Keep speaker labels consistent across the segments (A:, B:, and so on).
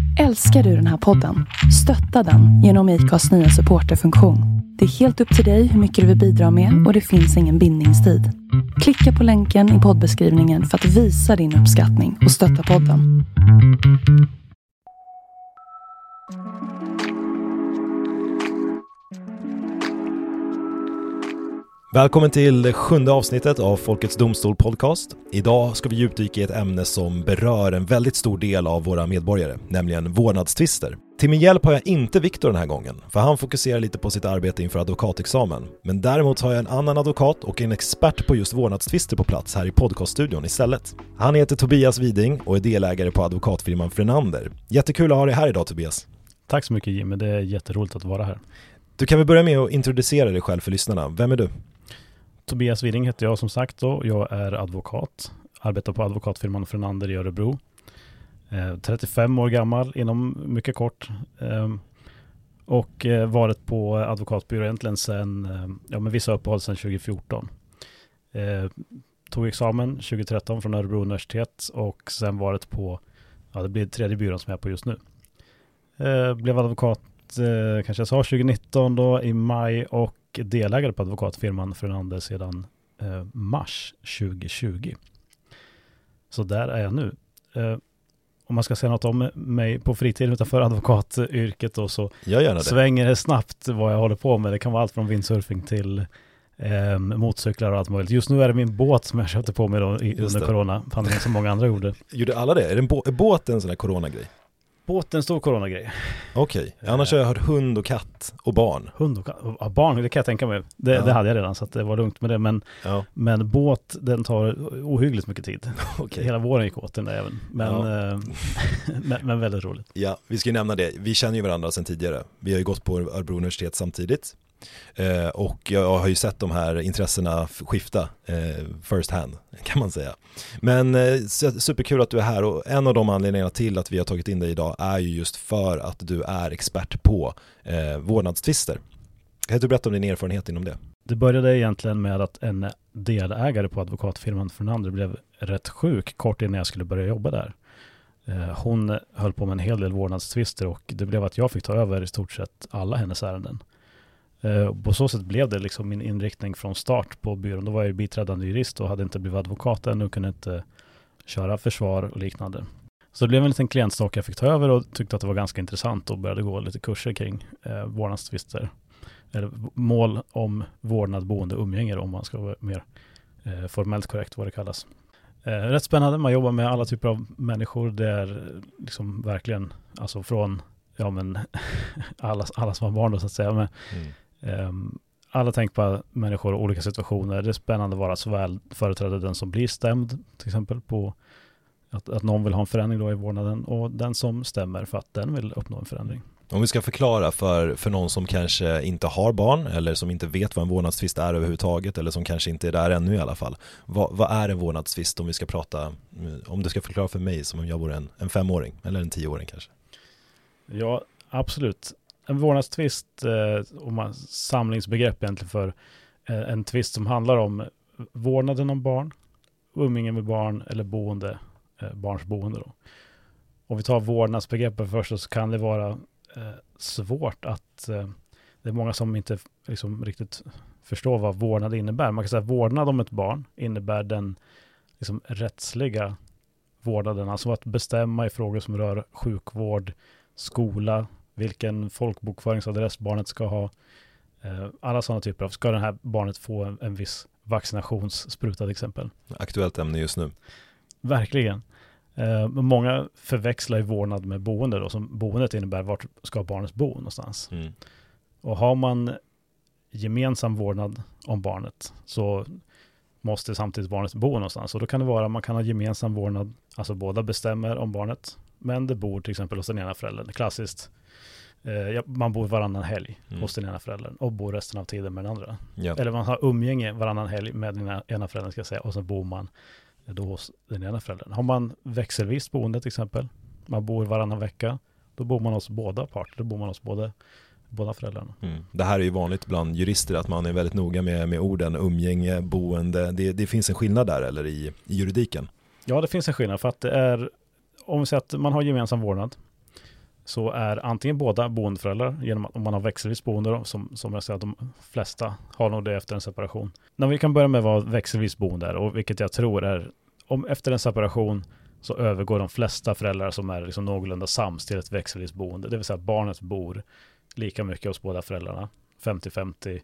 A: Älskar du den här podden? Stötta den genom IKAs nya supporterfunktion. Det är helt upp till dig hur mycket du vill bidra med och det finns ingen bindningstid. Klicka på länken i poddbeskrivningen för att visa din uppskattning och stötta podden.
B: Välkommen till det 7:e avsnittet av Folkets Domstol podcast. Idag ska vi djupdyka i ett ämne som berör en väldigt stor del av våra medborgare, nämligen vårdnadstvister. Till min hjälp har jag inte Viktor den här gången, för han fokuserar lite på sitt arbete inför advokatexamen. Men däremot har jag en annan advokat och en expert på just vårdnadstvister på plats här i podcaststudion istället. Han heter Tobias Widing och är delägare på advokatfirman Frenander. Jättekul att ha dig här idag, Tobias.
C: Tack så mycket, Jimmy. Det är jätteroligt att vara här.
B: Du kan väl börja med att introducera dig själv för lyssnarna. Vem är du?
C: Tobias Widing heter jag som sagt då. Jag är advokat. Arbetar på advokatfirman Frenander i Örebro. 35 år gammal inom mycket kort. Och varit på advokatbyrå egentligen sedan, med vissa uppehåll sedan 2014. Tog examen 2013 från Örebro universitet och sen varit på, det blir tredje byrån som jag är på just nu. Blev advokat kanske jag sa 2019 då i maj och delägare på advokatfirman Frenander sedan mars 2020. Så där är jag nu. Om man ska säga något om mig på fritiden utanför advokatyrket då, så svänger det snabbt vad jag håller på med. Det kan vara allt från windsurfing till motorcyklar och allt möjligt. Just nu är det min båt som jag köpte på mig då under coronapandemin som många andra gjorde.
B: Gjorde alla det? Är båten en sån här coronagrej?
C: Båten är en stor coronagrej.
B: Okej. Annars har jag hört hund och katt och barn.
C: Hund och katt? Ja, barn, det kan jag tänka mig. Det hade jag redan så att det var lugnt med det. Men båt, den tar ohyggligt mycket tid. Okay. Hela våren gick åt den där även. Men väldigt roligt. Ja,
B: vi ska ju nämna det. Vi känner ju varandra sedan tidigare. Vi har ju gått på Örebro universitet samtidigt. Och jag har ju sett de här intressena skifta first hand kan man säga. Men superkul att du är här, och en av de anledningarna till att vi har tagit in dig idag är ju just för att du är expert på vårdnadstvister. Kan du berätta om din erfarenhet inom det?
C: Det började egentligen med att en delägare på advokatfirman Frenander blev rätt sjuk kort innan jag skulle börja jobba där. Hon höll på med en hel del vårdnadstvister och det blev att jag fick ta över i stort sett alla hennes ärenden. På så sätt blev det liksom min inriktning från start på byrån. Då var jag biträdande jurist och hade inte blivit advokat ännu och kunde inte köra försvar och liknande. Så det blev en liten klientstock jag fick ta över och tyckte att det var ganska intressant och började gå lite kurser kring vårdnadstvister. Eller mål om vårdnad, boende, umgänge om man ska vara mer formellt korrekt vad det kallas. Rätt spännande, man jobbar med alla typer av människor. Det är liksom verkligen, alltså från alla som har barn då, så att säga. Alla tänkbara människor och olika situationer. Det är spännande att vara såväl företräda den som blir stämd, till exempel på att någon vill ha en förändring då i vårdnaden, och den som stämmer för att den vill uppnå en förändring.
B: Om vi ska förklara för någon som kanske inte har barn eller som inte vet vad en vårdnadstvist är överhuvudtaget, eller som kanske inte är där ännu i alla fall. Vad är en vårdnadstvist, om vi ska prata, om du ska förklara för mig som om jag vore en 5-åring eller en 10-åring kanske?
C: Ja, absolut. En vårdnadstvist, samlingsbegrepp egentligen för en tvist som handlar om vårdnaden om barn, umgänge med barn eller boende, barns boende då. Om vi tar vårdnadsbegreppet först, så kan det vara svårt att det är många som inte liksom riktigt förstår vad vårdnad innebär. Man kan säga att vårdnad om ett barn innebär den liksom rättsliga vårdnaden, alltså att bestämma i frågor som rör sjukvård, skola, vilken folkbokföringsadress barnet ska ha, alla sådana typer av, ska det här barnet få en viss vaccinationsspruta till exempel.
B: Aktuellt ämne just nu.
C: Verkligen. Många förväxlar ju vårdnad med boende då, som boendet innebär vart ska barnet bo någonstans. Och har man gemensam vårdnad om barnet så måste samtidigt barnet bo någonstans, och då kan det vara, man kan ha gemensam vårdnad, alltså båda bestämmer om barnet, men det bor till exempel hos den ena föräldern. Klassiskt, man bor varannan helg hos den ena föräldern och bor resten av tiden med den andra. Ja. Eller man har umgänge varannan helg med den ena föräldern, ska jag säga, och så bor man då hos den ena föräldern. Har man växelvis boende till exempel, man bor varannan vecka, då bor man hos båda parter, då bor man hos båda föräldrarna.
B: Det här är ju vanligt bland jurister att man är väldigt noga med orden umgänge, boende. Det finns en skillnad där, eller i juridiken?
C: Ja, det finns en skillnad, för att det är, om vi säger att man har gemensam vårdnad, så är antingen båda boendeföräldrar, genom att om man har växelvis boende då, som jag säger att de flesta har nog det efter en separation. När vi kan börja med vad växelvis boende är, och vilket jag tror är, om efter en separation så övergår de flesta föräldrar som är liksom någorlunda sams till ett växelvis boende. Det vill säga att barnet bor lika mycket hos båda föräldrarna, 50-50.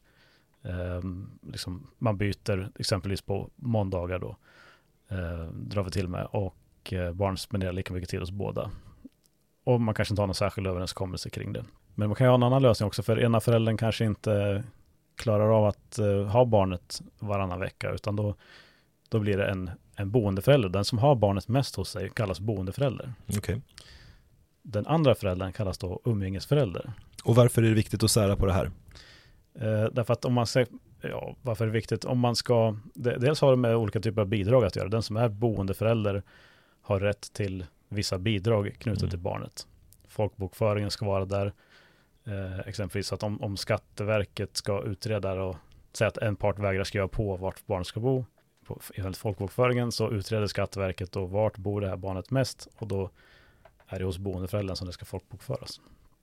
C: Liksom man byter exempelvis på måndagar då, drar vi till med, och barn spenderar lika mycket tid hos båda. Och man kanske inte har någon särskild överenskommelse kring det. Men man kan ju ha en annan lösning också, för ena föräldern kanske inte klarar av att ha barnet varannan vecka, utan då blir det en boendeförälder. Den som har barnet mest hos sig kallas boendeförälder.
B: Okay.
C: Den andra föräldern kallas då umgängesförälder.
B: Och varför är det viktigt att sära på det här?
C: Därför att om man säger, varför är det viktigt? Om man ska, dels har det med olika typer av bidrag att göra. Den som är boendeförälder har rätt till vissa bidrag knutet till barnet. Folkbokföringen ska vara där. Exempelvis att om Skatteverket ska utreda och säga att en part vägrar skriva på vart barnet ska bo, enligt folkbokföringen så utreder Skatteverket då vart bor det här barnet mest, och då är det hos boendeföräldern som det ska folkbokföras.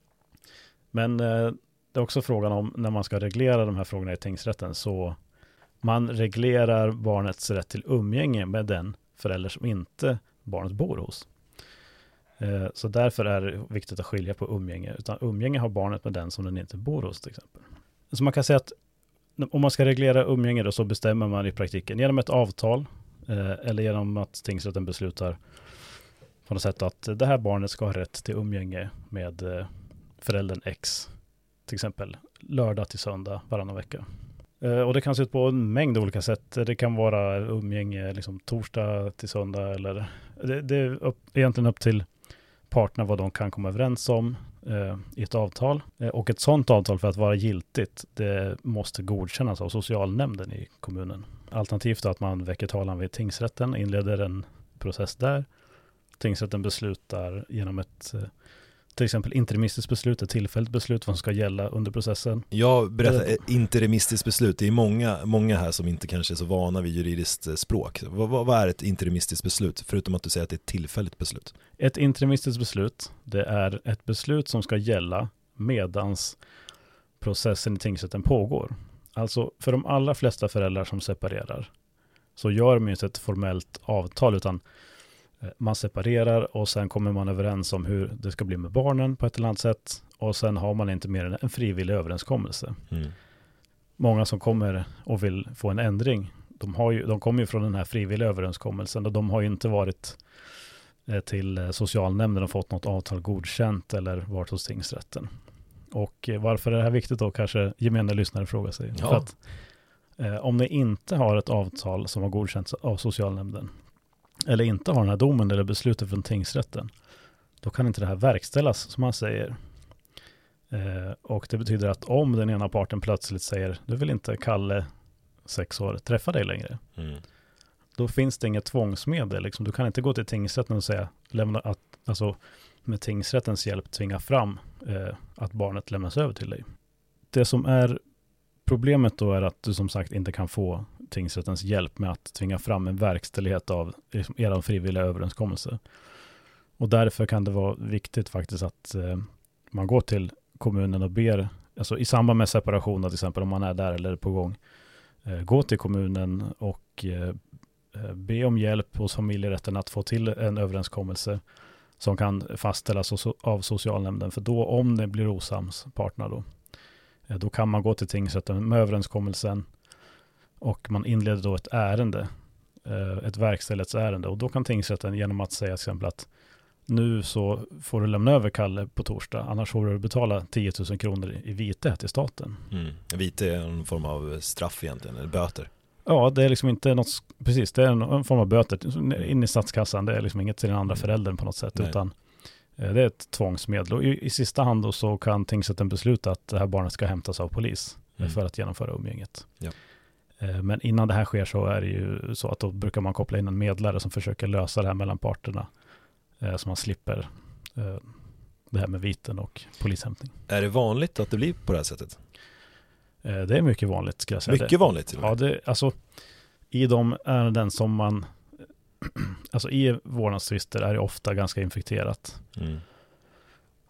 C: Men det är också frågan om när man ska reglera de här frågorna i tingsrätten, så man reglerar barnets rätt till umgänge med den förälder som inte barnet bor hos. Så därför är det viktigt att skilja på umgänge. Utan umgänge har barnet med den som den inte bor hos till exempel. Så man kan säga att om man ska reglera umgänge då, så bestämmer man i praktiken genom ett avtal eller genom att tingsrätten beslutar på något sätt att det här barnet ska ha rätt till umgänge med föräldern X. Till exempel lördag till söndag varannan vecka. Och det kan se ut på en mängd olika sätt. Det kan vara umgänge liksom torsdag till söndag, eller det är egentligen upp till parterna vad de kan komma överens om i ett avtal. Och ett sådant avtal, för att vara giltigt, det måste godkännas av socialnämnden i kommunen. Alternativt att man väcker talan vid tingsrätten, inleder en process där. Tingsrätten beslutar genom ett till exempel interimistiskt beslut, ett tillfälligt beslut vad som ska gälla under processen.
B: Jag berättar interimistiskt beslut. Det är många här som inte kanske är så vana vid juridiskt språk. Vad är ett interimistiskt beslut, förutom att du säger att det är ett tillfälligt beslut?
C: Ett interimistiskt beslut, det är ett beslut som ska gälla medans processen i tingsrätten pågår. Alltså för de allra flesta föräldrar som separerar så gör man inte ett formellt avtal, utan man separerar och sen kommer man överens om hur det ska bli med barnen på ett eller annat sätt, och sen har man inte mer än en frivillig överenskommelse. Många som kommer och vill få en ändring, de kommer ju från den här frivilliga överenskommelsen, och de har ju inte varit till socialnämnden och fått något avtal godkänt eller varit hos tingsrätten. Och varför är det här viktigt då, kanske gemene lyssnare frågar sig.
B: Ja.
C: För att om ni inte har ett avtal som har godkänts av socialnämnden, eller inte har den här domen eller beslutet från tingsrätten, då kan inte det här verkställas, som man säger. Och det betyder att om den ena parten plötsligt säger, du vill inte Kalle 6 år träffa dig längre, då finns det inget tvångsmedel. Liksom. Du kan inte gå till tingsrätten och säga, alltså med tingsrättens hjälp tvinga fram att barnet lämnas över till dig. Det som är problemet då är att du som sagt inte kan få tingsrättens hjälp med att tvinga fram en verkställighet av er frivilliga överenskommelse. Och därför kan det vara viktigt faktiskt att man går till kommunen och ber, alltså i samband med separation till exempel, om man är där eller på gång, gå till kommunen och be om hjälp hos familjerätten att få till en överenskommelse som kan fastställas av socialnämnden. För då, om det blir osams partner då kan man gå till tingsrätten med överenskommelsen och man inleder då ett ärende, ett verkställighetsärende, och då kan tingsrätten genom att säga till exempel att nu så får du lämna över Kalle på torsdag, annars får du betala 10 000 kronor i vite till staten.
B: Vite är en form av straff egentligen, eller böter.
C: Ja, det är liksom inte något, precis, det är en form av böter in i statskassan, det är liksom inget till den andra föräldern på något sätt. Nej. Utan det är ett tvångsmedel, och i sista hand då så kan tingsrätten besluta att det här barnet ska hämtas av polis för att genomföra umgänget. Ja. Men innan det här sker så är det ju så att då brukar man koppla in en medlare som försöker lösa det här mellan parterna, så man slipper det här med viten och polishämtning.
B: Är det vanligt att det blir på det här sättet?
C: Det är mycket vanligt, ska jag säga.
B: Mycket vanligt?
C: Ja, alltså i de ärenden som man alltså i vårdnadstvister är det ofta ganska infekterat.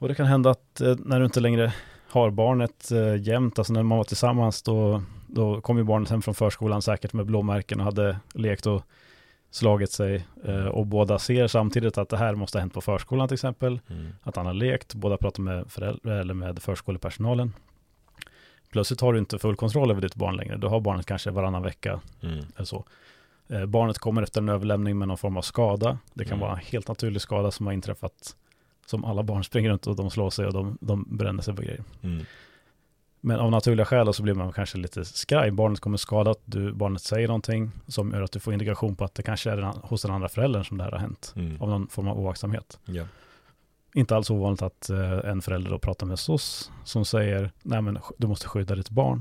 C: Och det kan hända att när du inte längre har barnet jämt, alltså när man var tillsammans, då kom ju barnet hem från förskolan säkert med blåmärken och hade lekt och slagit sig. Och båda ser samtidigt att det här måste ha hänt på förskolan till exempel. Att han har lekt, båda pratar med föräldrar eller med förskolepersonalen. Plötsligt har du inte full kontroll över ditt barn längre. Du har barnet kanske varannan vecka eller så. Barnet kommer efter en överlämning med någon form av skada. Det kan vara en helt naturlig skada som har inträffat, som alla barn springer runt och de slår sig och de bränner sig på grejer. Men av naturliga skäl så blir man kanske lite skraj. Barnet kommer skadat, barnet säger någonting som gör att du får indikation på att det kanske är hos den andra föräldern som det här har hänt. Av någon form av oaktsamhet. Yeah. Inte alls ovanligt att en förälder då pratar med SOS som säger, nej men du måste skydda ditt barn.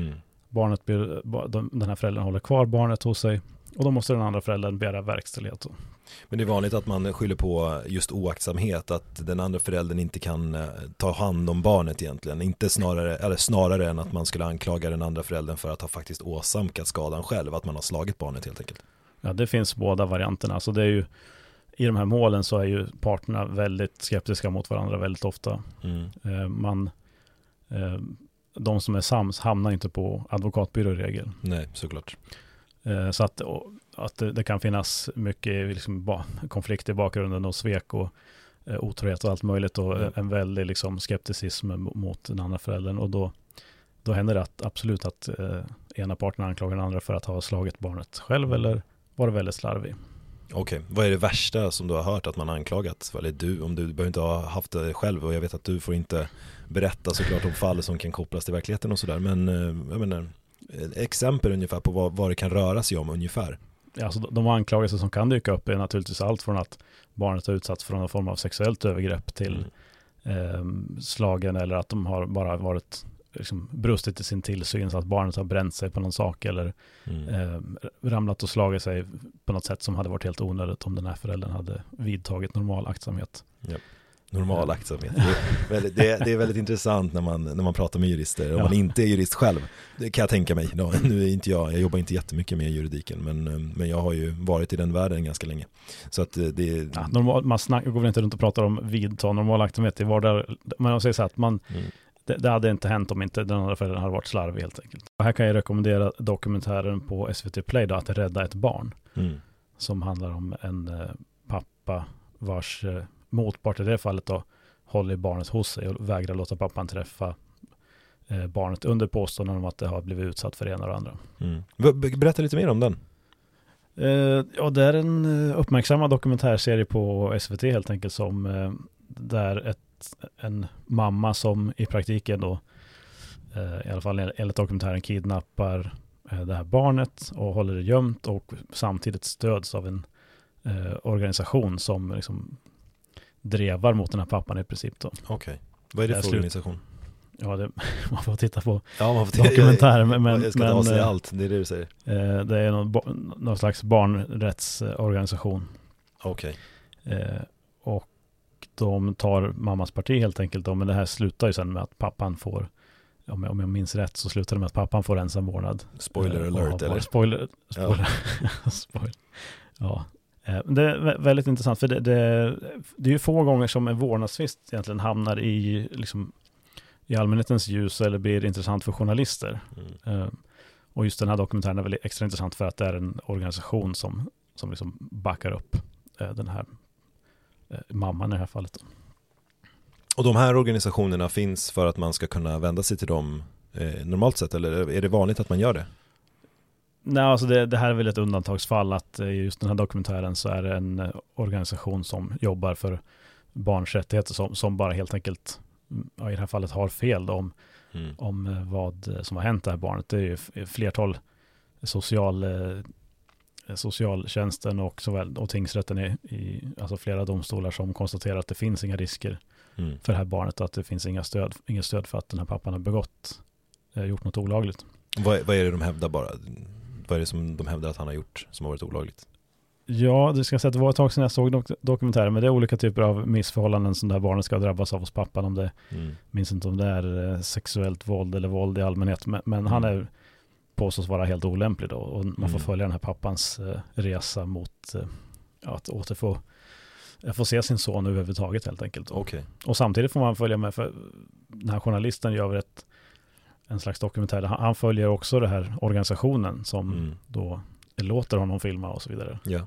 C: Den här föräldern håller kvar barnet hos sig och då måste den andra föräldern begära verkställighet då.
B: Men det är vanligt att man skyller på just oaktsamhet, att den andra föräldern inte kan ta hand om barnet egentligen. Inte snarare än att man skulle anklaga den andra föräldern för att ha faktiskt åsamkat skadan själv, att man har slagit barnet helt enkelt. Ja,
C: det finns båda varianterna. Så det är ju, i de här målen så är ju parterna väldigt skeptiska mot varandra väldigt ofta. De som är sams hamnar inte på advokatbyrå i regel.
B: Nej, såklart.
C: Så att det kan finnas mycket liksom konflikt i bakgrunden och svek och otrohet och allt möjligt och en väldig liksom skepticism mot den andra föräldern, och då händer det absolut att ena parten anklagar den andra för att ha slagit barnet själv eller var väldigt slarvig.
B: Okej, vad är det värsta som du har hört att man har anklagat? Eller om du behöver inte ha haft det själv, och jag vet att du får inte berätta såklart om fall som kan kopplas till verkligheten och sådär, men jag menar, exempel ungefär på vad det kan röra sig om ungefär.
C: Alltså, de anklagelser som kan dyka upp är naturligtvis allt från att barnet har utsatts för någon form av sexuellt övergrepp till slagen, eller att de har bara varit liksom brustit i sin tillsyn så att barnet har bränt sig på någon sak eller ramlat och slagit sig på något sätt som hade varit helt onödigt om den här föräldern hade vidtagit normal aktsamhet.
B: Yep. Normal aktsamhet. Det är väldigt intressant när man pratar med jurister. Om man inte är jurist själv, det kan jag tänka mig. Nu är inte jag jobbar inte jättemycket med juridiken, men jag har ju varit i den världen ganska länge. Så att det
C: man går inte runt och pratar om vidta normal aktsamhet i vardag. Man säger så att det hade inte hänt om inte den andra föräldern hade varit slarvig helt enkelt. Och här kan jag rekommendera dokumentären på SVT Play då, Att rädda ett barn. Som handlar om en pappa vars motpart i det fallet då håller barnet hos sig och vägrar låta pappan träffa barnet under påståenden om att det har blivit utsatt för det ena och andra.
B: Berätta lite mer om den.
C: Det är en uppmärksammad dokumentärserie på SVT helt enkelt, som där en mamma som i praktiken då i alla fall enligt dokumentären kidnappar det här barnet och håller det gömt, och samtidigt stöds av en organisation som liksom drevar mot den här pappan i princip då.
B: Okej. Vad är det för organisation?
C: Ja, man får titta på dokumentären. Men
B: jag ska ta sig allt, det är det du säger.
C: Det är någon slags barnrättsorganisation.
B: Okej.
C: Och de tar mammas parti helt enkelt då, men det här slutar ju sen med att pappan får, om jag minns rätt, så slutar det med att pappan får ensam vårdnad.
B: Spoiler alert, eller?
C: Spoiler. Spoiler. Ja. Det är väldigt intressant, för det är ju få gånger som en vårdnadstvist egentligen hamnar i allmänhetens ljus eller blir intressant för journalister. Och just den här dokumentären är väl extra intressant för att det är en organisation som liksom backar upp den här mamman i det här fallet.
B: Och de här organisationerna finns för att man ska kunna vända sig till dem normalt sett, eller är det vanligt att man gör det?
C: Nej, alltså det här är väl ett undantagsfall, att i just den här dokumentären så är det en organisation som jobbar för barns rättigheter som bara helt enkelt i det här fallet har fel om vad som har hänt det här barnet. Det är ju flertal socialtjänsten och tingsrätten i alltså flera domstolar som konstaterar att det finns inga risker för det här barnet, och att det finns inget stöd för att den här pappan har gjort något olagligt.
B: Vad är det de hävdar bara? Vad är det som de hävdar att han har gjort som har varit olagligt?
C: Ja, det ska säga att det var ett tag sedan jag såg dokumentären, men det är olika typer av missförhållanden som det här barnet ska drabbas av hos pappan. Om det, minns inte om det är sexuellt våld eller våld i allmänhet, men han är påstås vara helt olämplig då, och man får följa den här pappans resa mot att återfå få se sin son överhuvudtaget helt enkelt.
B: Okay.
C: Och samtidigt får man följa med, för den här journalisten gör en slags dokumentär. Han följer också den här organisationen som då låter honom filma och så vidare.
B: Ja.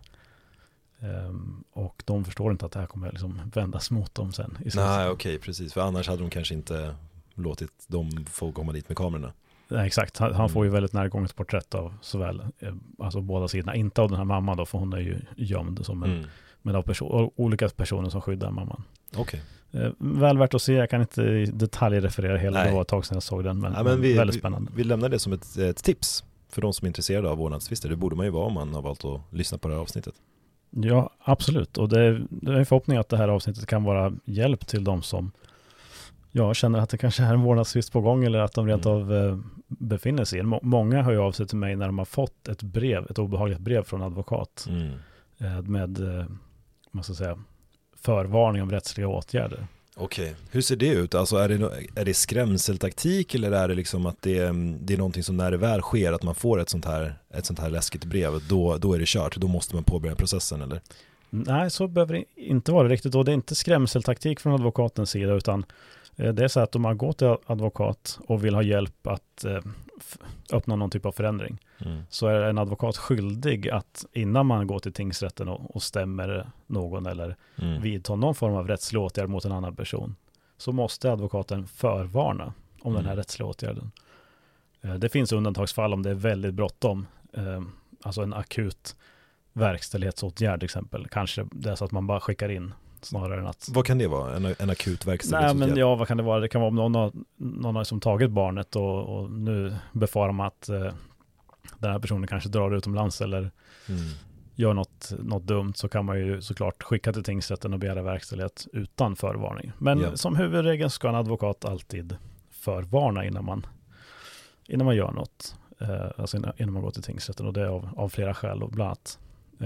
C: Och de förstår inte att det här kommer liksom vändas mot dem sen.
B: Nej, okej, precis. För annars hade de kanske inte låtit dem få komma dit med kamerorna.
C: Nej, exakt. Han får ju väldigt närgånget porträtt av såväl, alltså båda sidorna. Inte av den här mamman då, för hon är ju gömd som men av olika personer som skyddar mamman.
B: Okej.
C: Väl värt att se. Jag kan inte i detalj referera hela. Det var ett tag sedan jag såg den, men väldigt spännande.
B: Vi lämnar det som ett tips för de som är intresserade av vårdnadstvister. Det borde man ju vara om man har valt att lyssna på det här avsnittet.
C: Ja, absolut. Och det är en förhoppning att det här avsnittet kan vara hjälp till de som känner att det kanske är en vårdnadstvist på gång, eller att de rent av befinner sig i. Många har ju av sig till mig när de har fått ett obehagligt brev från advokat med man ska säga, förvarning om rättsliga åtgärder.
B: Okej. Hur ser det ut? Alltså är det skrämseltaktik, eller är det liksom att det är någonting som när det väl sker att man får ett sånt här läskigt brev, då är det kört, då måste man påbörja processen, eller? Nej,
C: så behöver det inte vara riktigt, och det är inte skrämseltaktik från advokatens sida, utan det är så att om man går till advokat och vill ha hjälp att öppna någon typ av förändring, så är en advokat skyldig att innan man går till tingsrätten och stämmer någon eller vidtar någon form av rättslig åtgärd mot en annan person, så måste advokaten förvarna om den här rättsliga åtgärden. Det finns undantagsfall om det är väldigt bråttom, alltså en akut verkställighetsåtgärd till exempel. Kanske det är så att man bara skickar in snarare än att...
B: Vad kan det vara? En akut verkställighetsåtgärd?
C: Nej, men vad kan det vara? Det kan vara om någon har som tagit barnet och nu befarar man att den här personen kanske drar utomlands eller gör något dumt, så kan man ju såklart skicka till tingsrätten och begära verkställighet utan förvarning. Men som huvudregel ska en advokat alltid förvarna innan man gör något. Alltså innan man går till tingsrätten, och det är av flera skäl, och bland annat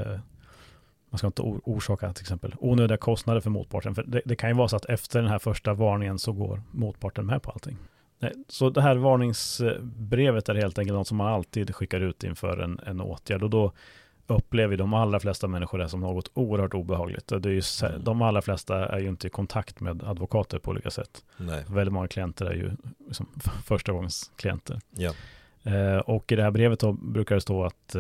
C: man ska inte orsaka till exempel onödiga kostnader för motparten. För det kan ju vara så att efter den här första varningen så går motparten med på allting. Så det här varningsbrevet är helt enkelt något som man alltid skickar ut inför en åtgärd. Och då upplever de allra flesta människor det som något oerhört obehagligt. Det är ju, de allra flesta är ju inte i kontakt med advokater på olika sätt.
B: Nej.
C: Väldigt många klienter är ju liksom första gångs klienter.
B: Ja.
C: Och i det här brevet då brukar det stå att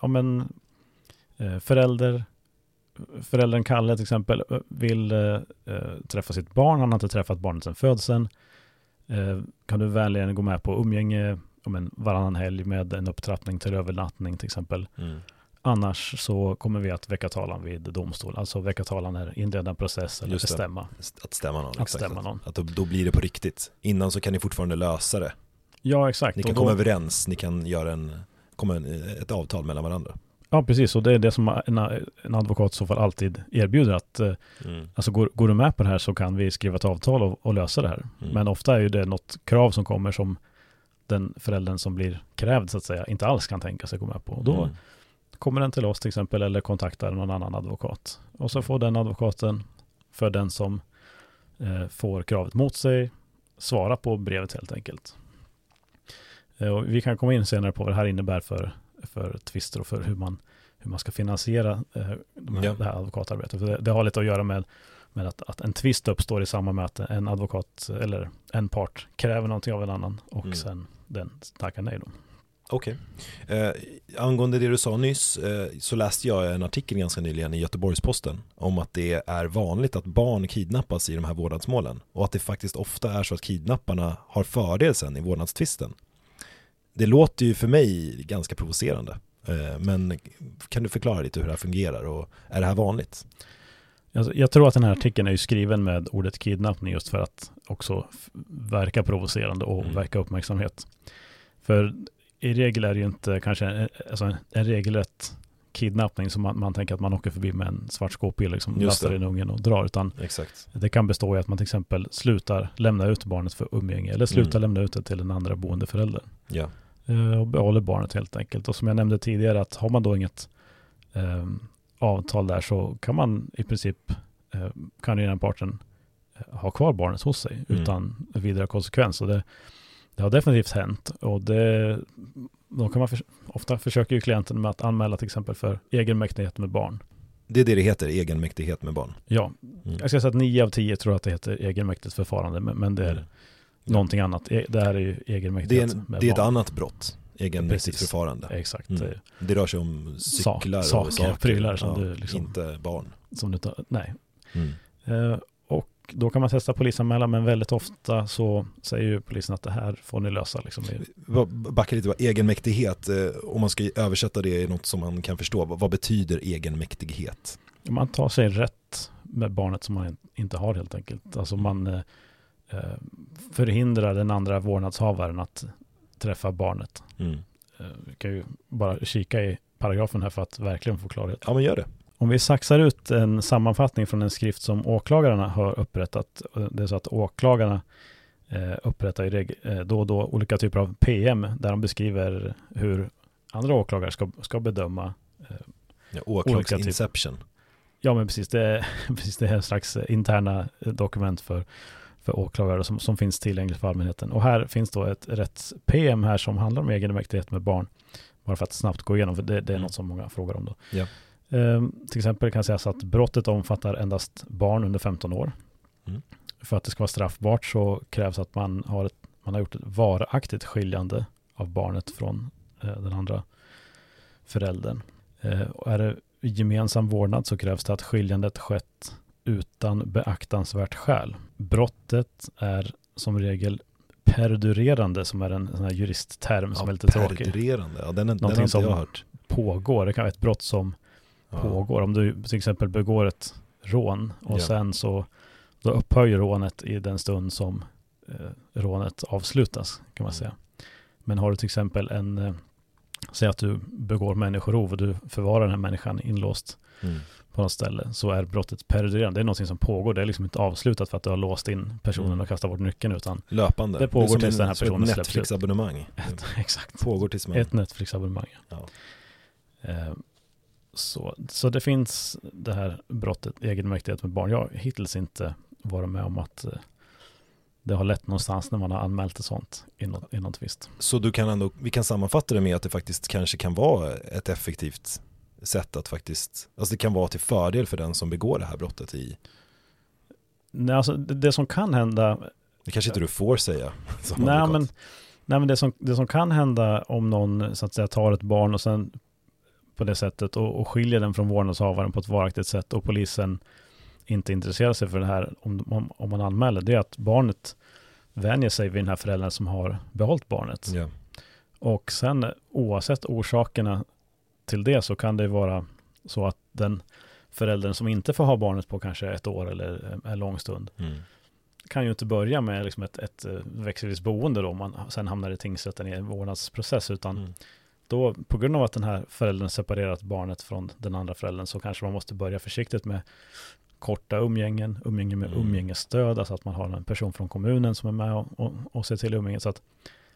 C: föräldern Kalle till exempel vill träffa sitt barn. Han har inte träffat barnet sedan födseln. Kan du vänligen gå med på umgänge om varannan helg med en upptrappning till övernattning till exempel. Annars så kommer vi att väcka talan vid domstol. Alltså väcka talan är inleda en process eller stämma.
B: Att stämma någon.
C: Att stämma någon.
B: Att då blir det på riktigt. Innan så kan ni fortfarande lösa det.
C: Ja, exakt.
B: Ni kan komma överens. Ni kan göra ett avtal mellan varandra.
C: Ja, precis. Och det är det som en advokat i så fall alltid erbjuder. Att alltså går du med på det här så kan vi skriva ett avtal och lösa det här. Men ofta är ju det något krav som kommer som den föräldern som blir krävd så att säga inte alls kan tänka sig gå med på. Och då kommer den till oss till exempel eller kontaktar någon annan advokat. Och så får den advokaten för den som får kravet mot sig svara på brevet helt enkelt. Och vi kan komma in senare på vad det här innebär för tvister och för hur man ska finansiera det här advokatarbetet. För det har lite att göra med att en tvist uppstår i samband med att en advokat eller en part kräver någonting av en annan och sen den tackar nej då.
B: Okej. Angående det du sa nyss så läste jag en artikel ganska nyligen i Göteborgs-Posten om att det är vanligt att barn kidnappas i de här vårdnadsmålen och att det faktiskt ofta är så att kidnapparna har fördel sen i vårdnadstvisten. Det låter ju för mig ganska provocerande. Men kan du förklara lite hur det här fungerar och är det här vanligt?
C: Jag tror att den här artikeln är ju skriven med ordet kidnappning just för att också verka provocerande och verka uppmärksamhet. För i regel är det ju inte kanske en regelrätt kidnappning som man tänker att man åker förbi med en svart skåpbil liksom, lastar in ungen och drar, utan
B: exakt.
C: Det kan bestå i att man till exempel slutar lämna ut barnet för umgänge eller slutar lämna ut det till den andra boende föräldern.
B: Ja.
C: Och behåller barnet helt enkelt. Och som jag nämnde tidigare, att har man då inget avtal där så kan man i princip kan ju den parten ha kvar barnet hos sig utan vidare konsekvens. Och det har definitivt hänt, och då kan man ofta försöker ju klienten med att anmäla till exempel för egenmäktighet med barn.
B: Det är det heter, egenmäktighet med barn.
C: Ja, jag ska säga att 9 av 10 tror att det heter egenmäktigt förfarande, men det är någonting annat. Det här är ju egenmäktighet med barn.
B: Det är ett annat brott, egenmäktigt förfarande.
C: Exakt.
B: Det rör sig om cyklar och saker,
C: prylar som du liksom,
B: inte barn.
C: Som du tar, nej. Och då kan man testa polisanmälan, men väldigt ofta så säger ju polisen att det här får ni lösa. Liksom.
B: Backa lite, egenmäktighet, om man ska översätta det i något som man kan förstå, vad betyder egenmäktighet?
C: Man tar sig rätt med barnet som man inte har helt enkelt. Alltså man förhindrar den andra vårdnadshavaren att träffa barnet. Vi kan ju bara kika i paragrafen här för att verkligen få klarhet.
B: Ja, men gör det.
C: Om vi saxar ut en sammanfattning från en skrift som åklagarna har upprättat. Det är så att åklagarna upprättar då och då olika typer av PM där de beskriver hur andra åklagare ska bedöma
B: åklagsinception.
C: Ja, men precis. Det är en slags interna dokument för åklagare som finns tillgängligt för allmänheten. Och här finns då ett rätts-PM här som handlar om egenmäktighet med barn. Bara för att snabbt gå igenom, för det är något som många frågar om då.
B: Ja.
C: Till exempel kan sägas att brottet omfattar endast barn under 15 år. För att det ska vara straffbart så krävs att man har gjort ett varaktigt skiljande av barnet från den andra föräldern. Och är det gemensam vårdnad så krävs det att skiljandet skett utan beaktansvärt skäl. Brottet är som regel perdurerande, som är en sån här juristterm som är lite tråkig.
B: Perdurerande, ja, den har
C: inte
B: jag hört.
C: Pågår, det kan vara ett brott som pågår. Om du till exempel begår ett rån och sen så då upphör ju rånet i den stund som rånet avslutas, kan man säga. Men har du till exempel säg att du begår människorov och du förvarar den här människan inlåst på något ställe, så är brottet perdurerande. Det är något som pågår. Det är liksom inte avslutat för att du har låst in personen och kastat bort nyckeln, utan
B: löpande.
C: Det pågår tills den här personen
B: släpps ut. Ett Netflix-abonnemang.
C: Exakt.
B: Pågår tills man...
C: Ett Netflix-abonnemang.
B: Ja.
C: Så det finns det här brottet egenmäktighet med barn. Jag har hittills inte varit med om att det har lett någonstans när man har anmält det sånt i någon tvist.
B: Så vi kan sammanfatta det med att det faktiskt kanske kan vara ett effektivt sätt att faktiskt, alltså det kan vara till fördel för den som begår det här brottet i...
C: Nej, alltså det som kan hända...
B: Det kanske inte du får säga.
C: Nej, men det som kan hända om någon så att säga tar ett barn och sen på det sättet och skiljer den från vårdnadshavaren på ett varaktigt sätt och polisen inte intresserar sig för det här om man anmäler, det är att barnet vänjer sig vid den här föräldern som har behållit barnet.
B: Ja. Och
C: sen oavsett orsakerna till det så kan det vara så att den föräldern som inte får ha barnet på kanske ett år eller en lång stund kan ju inte börja med liksom ett växelvis boende då, om man sen hamnar i tingsrätten i en vårdnadsprocess, utan då på grund av att den här föräldern separerat barnet från den andra föräldern så kanske man måste börja försiktigt med korta umgänge med umgängesstöd, alltså att man har en person från kommunen som är med och ser till umgänget, så att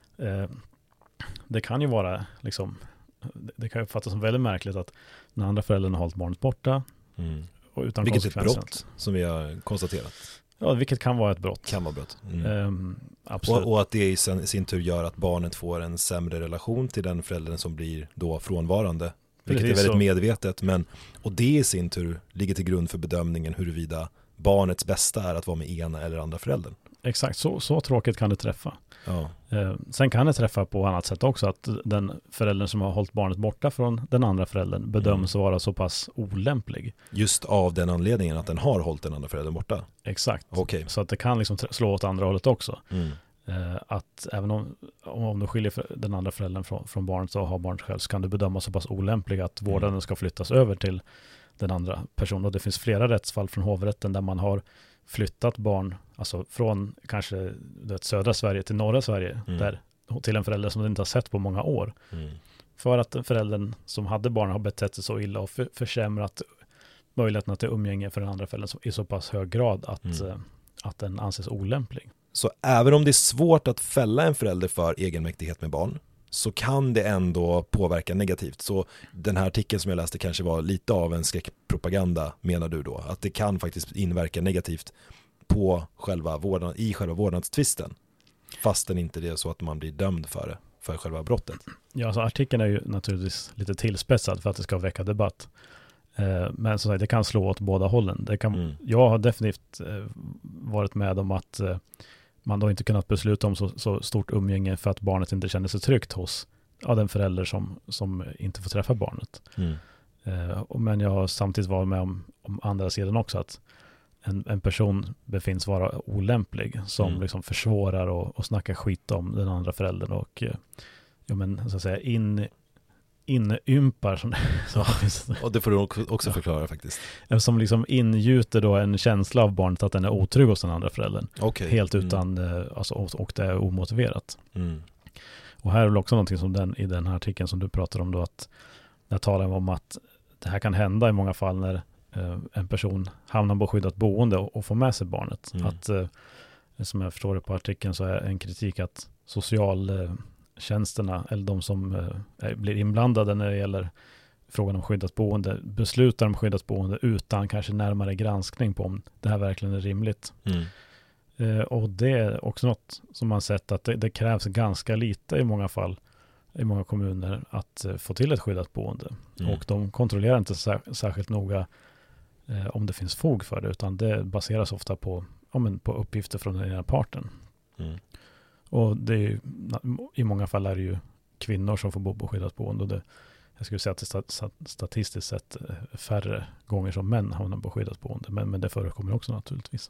C: det kan ju vara liksom, det kan ju uppfattas som väldigt märkligt att den andra föräldern har hållit barnet borta och utan
B: vilket är ett
C: konsekvenser.
B: brott som vi har konstaterat.
C: Ja, vilket kan vara ett brott.
B: Kan vara brott.
C: Absolut.
B: Och att det i sin tur gör att barnet får en sämre relation till den föräldern som blir då frånvarande. Vilket är väldigt medvetet. Och det i sin tur ligger till grund för bedömningen huruvida barnets bästa är att vara med ena eller andra föräldern.
C: Exakt, så tråkigt kan det träffa.
B: Ja.
C: Sen kan det träffa på annat sätt också, att den föräldern som har hållit barnet borta från den andra föräldern bedöms vara så pass olämplig. Just
B: av den anledningen att den har hållit den andra föräldern borta?
C: Exakt,
B: okay.
C: Så att det kan liksom slå åt andra hållet också. Att även om du skiljer den andra föräldern från barnet och har barnet själv, så kan du bedöma så pass olämplig att vårdnaden ska flyttas över till den andra personen. Och det finns flera rättsfall från hovrätten där man har flyttat barn, alltså från kanske södra Sverige till norra Sverige, där, till en förälder som du inte har sett på många år. För att föräldern som hade barn har betett sig så illa och försämrat möjligheterna till umgänge för den andra föräldern i så pass hög grad att den anses olämplig.
B: Så även om det är svårt att fälla en förälder för egenmäktighet med barn, så kan det ändå påverka negativt. Så den här artikeln som jag läste kanske var lite av en skräckpropaganda, menar du då? Att det kan faktiskt inverka negativt på själva vårdnadstvisten, fastän inte det är så att man blir dömd för själva brottet.
C: Ja, så artikeln är ju naturligtvis lite tillspetsad för att det ska väcka debatt. Men som sagt, det kan slå åt båda hållen. Jag har definitivt varit med om att man då inte kunnat besluta om så stort umgänge för att barnet inte känner sig tryggt hos den förälder som inte får träffa barnet. Men jag har samtidigt varit med om andra sidan också, att en person befinns vara olämplig som liksom försvårar och snackar skit om den andra föräldern och så att säga inympar
B: och det får du också förklara faktiskt.
C: Som liksom ingjuter då en känsla av barnet att den är otrygg hos den andra föräldern. Helt utan och det är omotiverat. Och här är väl också någonting som i den här artikeln som du pratar om då, att jag talar om att det här kan hända i många fall när en person hamnar på skyddat boende och får med sig barnet. Att som jag förstår det på artikeln så är en kritik att socialtjänsterna eller de som blir inblandade när det gäller frågan om skyddat boende beslutar om skyddat boende utan kanske närmare granskning på om det här verkligen är rimligt. Och det är också något som man sett att det krävs ganska lite i många fall i många kommuner att få till ett skyddat boende. Och de kontrollerar inte särskilt noga om det finns fog för det, utan det baseras ofta på uppgifter från den ena parten. Och det är i många fall är det ju kvinnor som får bo på skyddat boende. Och jag skulle säga att det statistiskt sett färre gånger som män hamnar på skyddat boende. Men det förekommer också naturligtvis.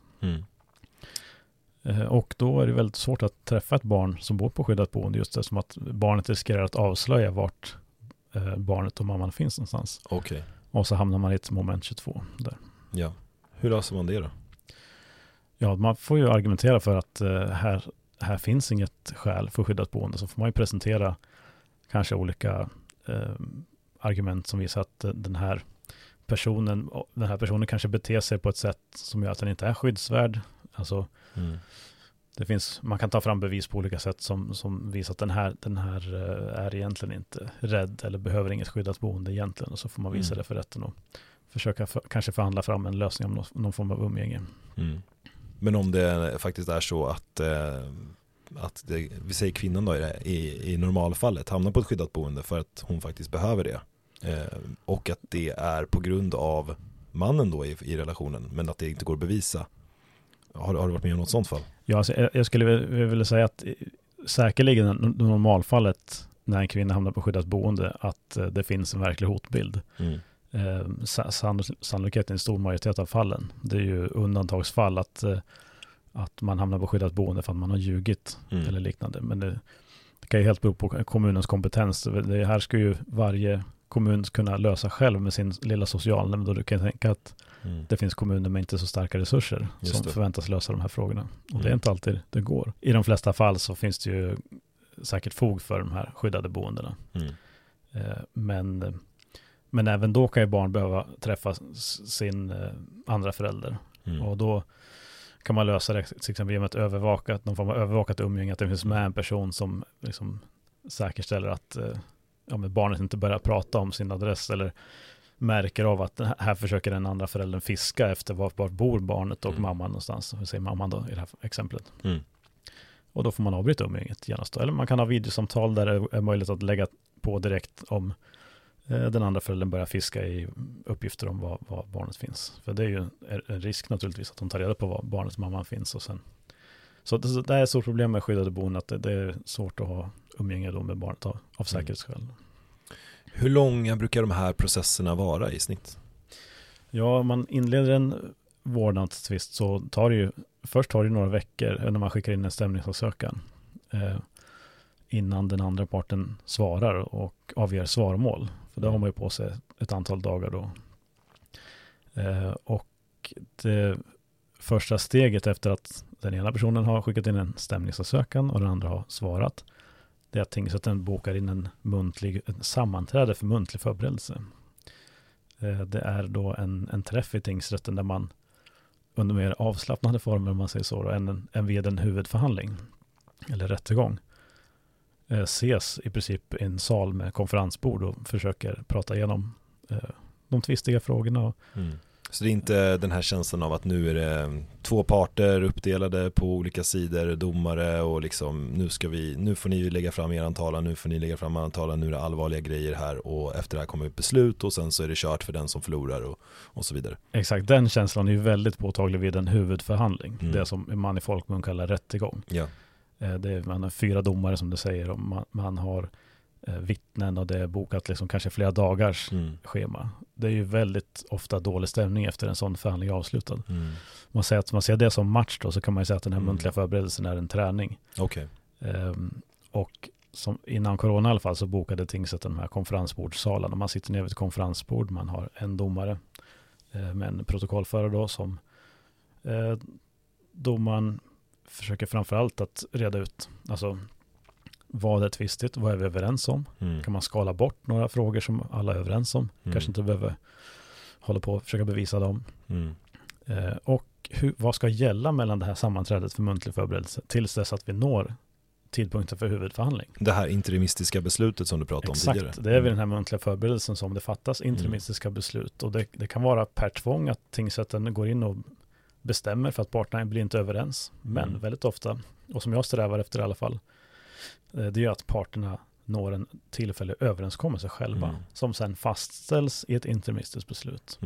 C: Och då är det väldigt svårt att träffa ett barn som bor på skyddat boende, just det som att barnet riskerar att avslöja vart barnet och mamman finns någonstans. Och så hamnar man i ett moment 22 där.
B: Ja. Hur löser man det då?
C: Ja, man får ju argumentera för att här finns inget skäl för skyddat boende, så får man ju presentera kanske olika argument som visar att den här personen kanske beter sig på ett sätt som gör att den inte är skyddsvärd. Alltså man kan ta fram bevis på olika sätt som visar att den här är egentligen inte rädd eller behöver inget skyddat boende egentligen, och så får man visa det för rätten och försöka kanske förhandla fram en lösning om någon form av umgänge.
B: Men om det faktiskt är så att vi säger kvinnan då i normalfallet hamnar på ett skyddat boende för att hon faktiskt behöver det, och att det är på grund av mannen då i relationen, men att det inte går att bevisa. Har du varit med om något sånt fall? Ja,
C: alltså, jag skulle vilja säga att säkerligen normalfallet när en kvinna hamnar på skyddat boende att det finns en verklig hotbild. Sannolikheten i en stor majoritet av fallen. Det är ju undantagsfall att man hamnar på skyddat boende för att man har ljugit eller liknande. Men det kan ju helt bero på kommunens kompetens. Det här ska ju varje kommun kunna lösa själv med sin lilla socialnämnd, och du kan tänka att det finns kommuner med inte så starka resurser som förväntas lösa de här frågorna. Och det är inte alltid det går. I de flesta fall så finns det ju säkert fog för de här skyddade boendena. Men även då kan ju barn behöva träffa sin andra förälder. Och då kan man lösa det till exempel genom att någon form av övervakat umgänge, att det finns med en person som liksom säkerställer att barnet inte börjar prata om sin adress eller märker av att här försöker den andra föräldern fiska efter var bor barnet och mamman någonstans. Vi säger mamman då i det här exemplet. Och då får man avbryta umgänget genast då. Eller man kan ha videosamtal där det är möjligt att lägga på direkt om den andra föräldern börjar fiska i uppgifter om var barnet finns. För det är ju en risk naturligtvis att de tar reda på var barnets mamma finns. Och sen. Så det är ett stort problem med skyddade boenden, att det är svårt att ha umgänge då med barnet av säkerhetsskäl.
B: Hur långa brukar de här processerna vara i snitt?
C: Ja, om man inleder en vårdnadstvist så tar det några veckor när man skickar in en stämningsansökan innan den andra parten svarar och avger svaromål. För då har man ju på sig ett antal dagar då. Och det första steget efter att den ena personen har skickat in en stämningsansökan och den andra har svarat, det är att tingsrätten bokar in en sammanträde för muntlig förberedelse. Det är då en träff i tingsrätten där man under mer avslappnade former, om man säger så, än vid en huvudförhandling eller rättegång ses i princip i en sal med konferensbord och försöker prata igenom de tvistiga frågorna.
B: Så det är inte den här känslan av att nu är det två parter uppdelade på olika sidor, domare och liksom nu får ni lägga fram er talan, nu får ni lägga fram er talan, nu är det allvarliga grejer här och efter det här kommer ett beslut och sen så är det kört för den som förlorar och så vidare. Exakt,
C: den känslan är ju väldigt påtaglig vid en huvudförhandling. Det som man i folkmun kallar rättegång.
B: Ja.
C: Man har 4 domare som du säger och man har vittnen och det är bokat liksom kanske flera dagars schema. Det är ju väldigt ofta dålig stämning efter en sån förhandling avslutad. Man säger att man ser det som match då, så kan man ju säga att den här muntliga förberedelsen är en träning.
B: Okay.
C: Och som innan corona i alla fall så bokade tingsrätten de här konferensbordssalen och man sitter ner vid ett konferensbord, man har en domare med en protokollförare då som domaren försöker framförallt att reda ut, alltså vad är tvistigt, vad är vi överens om? Kan man skala bort några frågor som alla är överens om? Kanske inte behöver hålla på och försöka bevisa dem. Och vad ska gälla mellan det här sammanträdet för muntlig förberedelse tills dess att vi når tidpunkten för huvudförhandling?
B: Det här interimistiska beslutet som du pratade om tidigare.
C: Exakt, det är vid den här muntliga förberedelsen som det fattas interimistiska beslut. Och det kan vara per tvång att tingsrätten går in och bestämmer för att parterna blir inte överens. Men väldigt ofta, och som jag strävar efter i alla fall, det är att parterna når en tillfällig överenskommelse själva som sen fastställs i ett interimistiskt beslut.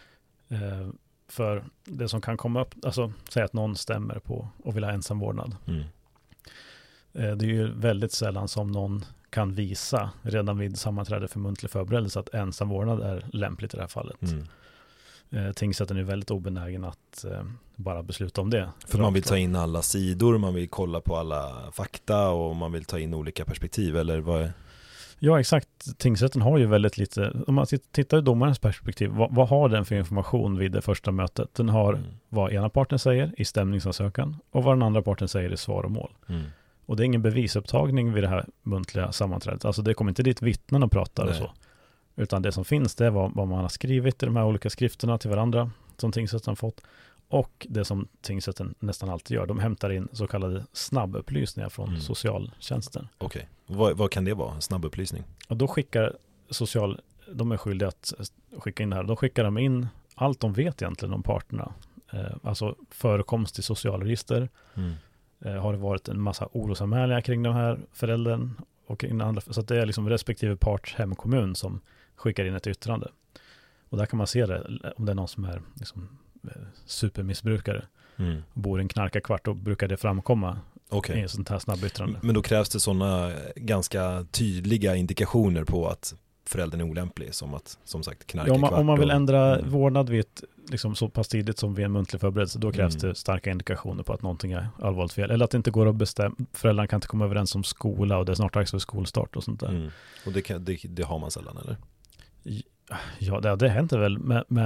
C: För det som kan komma upp, alltså säga att någon stämmer på och vill ha ensam vårdnad. Det är ju väldigt sällan som någon kan visa redan vid sammanträde för muntlig förberedelse att ensam vårdnad är lämpligt i det här fallet. Tingsrätten är väldigt obenägen att bara besluta om det.
B: För man vill ta in alla sidor, man vill kolla på alla fakta och man vill ta in olika perspektiv, eller vad är...
C: Ja, exakt. Tingsrätten har ju väldigt lite, om man tittar ur domarens perspektiv, vad har den för information vid det första mötet? Den har vad ena parten säger i stämningsansökan och vad den andra parten säger i svar och mål. Och det är ingen bevisupptagning vid det här muntliga sammanträdet. Alltså det kommer inte dit vittnen och pratar och så. Utan det som finns, det är vad man har skrivit i de här olika skrifterna till varandra som tingsrätten fått. Och det som tingsrätten nästan alltid gör, de hämtar in så kallade snabbupplysningar från socialtjänsten.
B: Okej. Vad kan det vara? Snabbupplysning?
C: Och då skickar de är skyldiga att skicka in det här. Då skickar de in allt de vet egentligen om parterna. Alltså förekomst i socialregister. Har det varit en massa orosanmälningar kring den här föräldern och kring andra, så att det är liksom respektive parts hemkommun som skickar in ett yttrande. Och där kan man se det, om det är någon som är liksom supermissbrukare och bor i en knarkarkvart, då brukar det framkomma i en sånt här snabbyttrande.
B: Men då krävs det sådana ganska tydliga indikationer på att föräldern är olämplig, som att, som sagt, knarkarkvart.
C: Ja, om man vill ändra vårdnad vid liksom så pass tidigt som vid en muntlig förberedelse, då krävs det starka indikationer på att någonting är allvarligt fel. Eller att det inte går att bestämma, föräldrarna kan inte komma överens om skola och det är snart dags för skolstart och sånt där.
B: Och det har man sällan, eller?
C: Ja, det händer väl,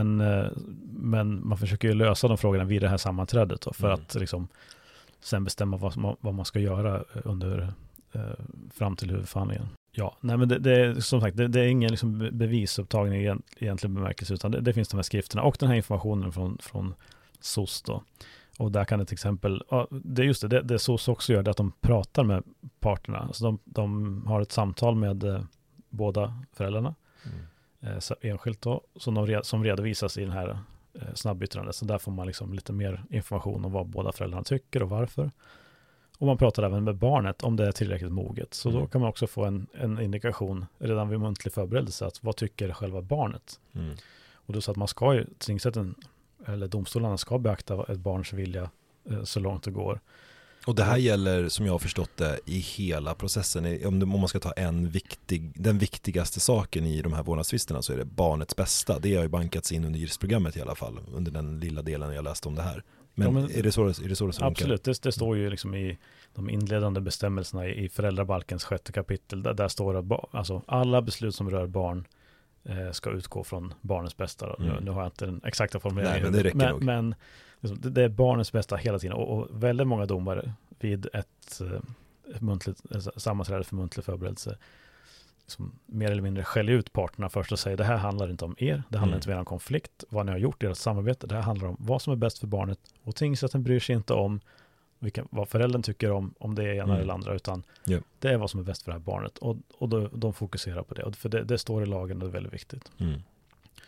C: men man försöker ju lösa de frågorna vid det här sammanträdet då, för att liksom sen bestämma vad man ska göra under fram till huvudförhandlingen. Ja, nej, men det är som sagt, det är ingen liksom bevisupptagning i egentlig bemärkelse, utan det finns de här skrifterna och den här informationen från SOS då. Och där kan det till exempel, det är just det SOS också gör, det att de pratar med parterna. Alltså de har ett samtal med båda föräldrarna enskilt då, som redovisas i den här snabbyttrandet. Så där får man liksom lite mer information om vad båda föräldrarna tycker och varför. Och man pratar även med barnet om det är tillräckligt moget. Så då kan man också få en indikation redan vid muntlig förberedelse att vad tycker själva barnet. Och då så att man ska ju, tingsrätten eller domstolarna ska beakta ett barns vilja så långt det går.
B: Och det här gäller, som jag har förstått det, i hela processen. Om man ska ta den viktigaste saken i de här vårdnadstvisterna, så är det barnets bästa. Det har ju bankats in under juristprogrammet i alla fall, under den lilla delen jag läste om det här. Men är det så?
C: Absolut, det står ju liksom i de inledande bestämmelserna i föräldrabalkens 6:e kapitel. Där står det att alltså, alla beslut som rör barn ska utgå från barnets bästa. Nu har jag inte den exakta formuleringen.
B: Nej, men det räcker nog.
C: Men liksom, det är barnets bästa hela tiden. Och väldigt många domare vid ett muntligt sammanträde för muntlig förberedelse liksom, mer eller mindre skäller ut parterna först och säger det här handlar inte om er, det handlar inte om en konflikt, vad ni har gjort i ert samarbete, det här handlar om vad som är bäst för barnet, och tingsrätten bryr sig inte om vad föräldern tycker om det ena eller andra, utan det är vad som är bäst för det här barnet, och de fokuserar på det, och för det står i lagen och det är väldigt viktigt.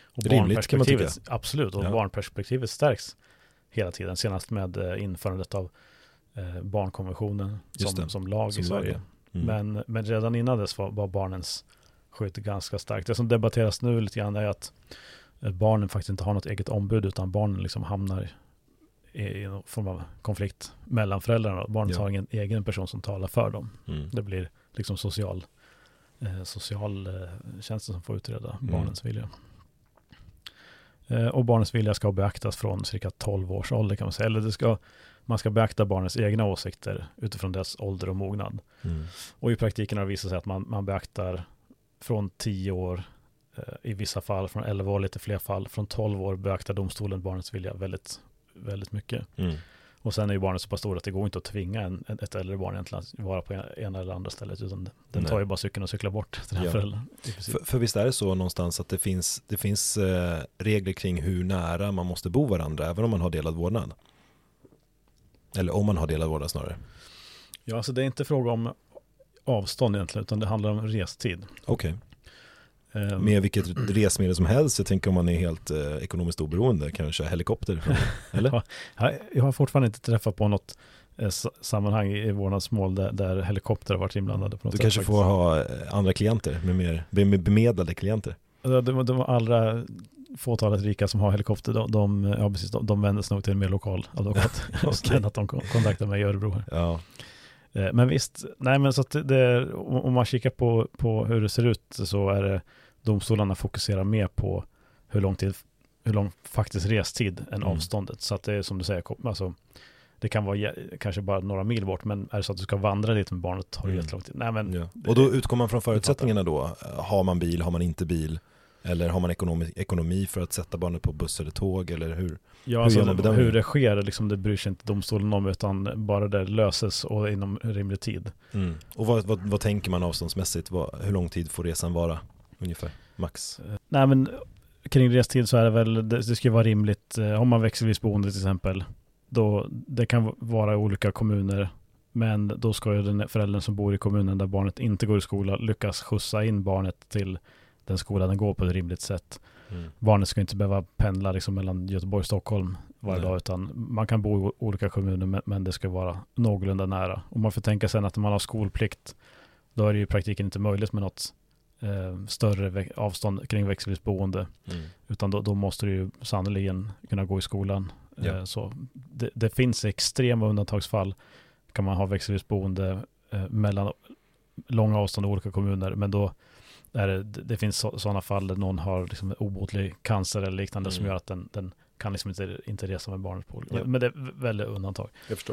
C: Och
B: rimligt kan man tycka.
C: Absolut, och barnperspektivet stärks hela tiden, senast med införandet av barnkonventionen som lag i Sverige. Men redan innan dess var barnens skydd ganska starkt. Det som debatteras nu lite grann är att barnen faktiskt inte har något eget ombud, utan barnen liksom hamnar i någon form av konflikt mellan föräldrarna. Barnet har ingen egen person som talar för dem. Det blir liksom socialtjänsten som får utreda barnens vilja. Och barnens vilja ska beaktas från cirka 12 års ålder, kan man säga. Eller man ska beakta barnens egna åsikter utifrån deras ålder och mognad. Och i praktiken har det visat sig att man beaktar från 10 år i vissa fall, från 11 år lite fler fall, från 12 år beaktar domstolen barnets vilja väldigt, väldigt mycket. Och sen är ju barnet så pass stor att det går inte att tvinga ett äldre barn egentligen att vara på ena eller andra stället, utan den tar ju bara cykeln och cyklar bort till den här föräldern.
B: För visst är det så någonstans att det finns regler kring hur nära man måste bo varandra, även om man har delad vårdnad? Eller om man har delad vårdnad snarare?
C: Ja, alltså det är inte fråga om avstånd egentligen, utan det handlar om restid.
B: Okej. Med vilket resmedel som helst. Jag tänker om man är helt ekonomiskt oberoende, kan man köra helikopter, eller?
C: Jag har fortfarande inte träffat på något sammanhang i vårdnadsmål där helikopter har varit inblandade på något sätt.
B: Du kanske får ha andra klienter, med mer bemedlade klienter.
C: De allra fåtalet rika som har helikopter, de vänder sig nog till en mer lokal advokat än att de kontaktar mig i Örebro här.
B: Ja.
C: Men visst, så att om man kikar på hur det ser ut, så är det domstolarna fokuserar mer på hur lång faktisk restid än avståndet. Så att det är som du säger, alltså, det kan vara kanske bara några mil bort, men är det så att du ska vandra dit med barnet har det jättelång tid.
B: Och då utgår man från förutsättningarna då. Har man bil, har man inte bil? Eller har man ekonomi för att sätta barnet på buss eller tåg, eller hur?
C: Ja, alltså hur det sker, liksom, det bryr sig inte domstolen om, utan bara det löses och inom rimlig tid.
B: Och vad tänker man avståndsmässigt? Hur lång tid får resan vara ungefär? Max?
C: Nej, men kring restid så är det väl, det ska vara rimligt. Om man växelvis boende till exempel, då det kan vara olika kommuner, men då ska ju den föräldern som bor i kommunen där barnet inte går i skola lyckas skjutsa in barnet till den skolan den går på ett rimligt sätt. Barnet ska inte behöva pendla liksom mellan Göteborg och Stockholm varje dag, utan man kan bo i olika kommuner, men det ska vara någorlunda nära. Och man får tänka sen att när man har skolplikt, då är det ju i praktiken inte möjligt med något större avstånd kring växelvis boende. Utan då måste du ju sannoliken kunna gå i skolan. Så det finns extrema undantagsfall. Kan man ha växelvis boende mellan långa avstånd i olika kommuner, men då det finns sådana fall där någon har liksom obotlig cancer eller liknande som gör att den kan liksom inte resa med barnet på. Men det är väldigt undantag.
B: Jag förstår.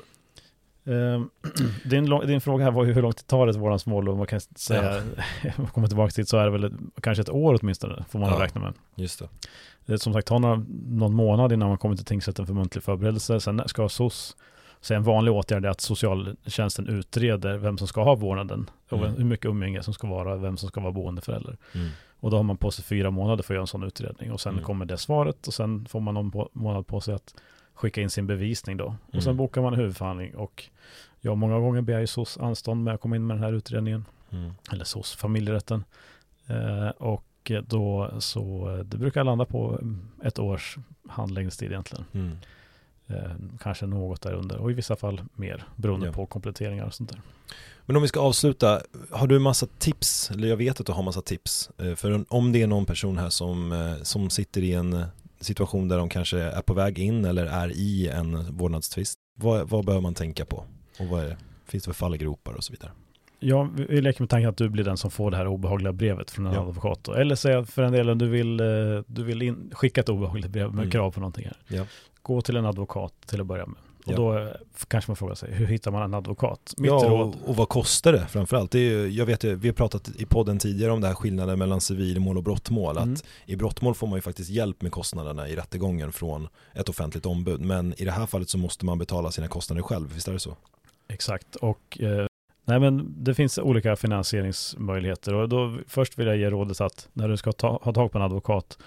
C: Din fråga här var ju hur långt det tar ett vårdnadsmål, och man kan säga, om kommer tillbaka till, så är det väl kanske ett år åtminstone, får man räkna med.
B: Just det.
C: Det som sagt tar någon månad innan man kommer till tingsrätten för muntlig förberedelse. Sen ska SOS, så en vanlig åtgärd är att socialtjänsten utreder vem som ska ha vårdnaden och hur mycket umgänge som ska vara, vem som ska vara boendeförälder. Och då har man på sig 4 månader för att göra en sån utredning, och sen kommer det svaret, och sen får man någon månad på sig att skicka in sin bevisning då. Och sen bokar man huvudförhandling, och jag många gånger begär ju SOS anstånd med att komma in med den här utredningen. Eller SOS familjerätten. Och då så det brukar landa på 1 års handläggningstid egentligen. Kanske något där under, och i vissa fall mer, beroende på kompletteringar och sånt där.
B: Men om vi ska avsluta, har du en massa tips, eller jag vet att du har massa tips, för om det är någon person här som sitter i en situation där de kanske är på väg in eller är i en vårdnadstvist, vad behöver man tänka på? Och finns det för fallgropar och så vidare?
C: Ja, vi leker med tanken att du blir den som får det här obehagliga brevet från en advokat. Eller säg för en del, du vill skicka ett obehagligt brev med krav på någonting här.
B: Ja.
C: Gå till en advokat till att börja med. Och då kanske man frågar sig, hur hittar man en advokat?
B: Och vad kostar det framförallt? Det är ju, jag vet, vi har pratat i podden tidigare om det här skillnaden mellan civilmål och brottmål. Att i brottmål får man ju faktiskt hjälp med kostnaderna i rättegången från ett offentligt ombud. Men i det här fallet så måste man betala sina kostnader själv, visst är det så?
C: Exakt, och men det finns olika finansieringsmöjligheter. Och då först vill jag ge rådet att när du ska ha tag på en advokat,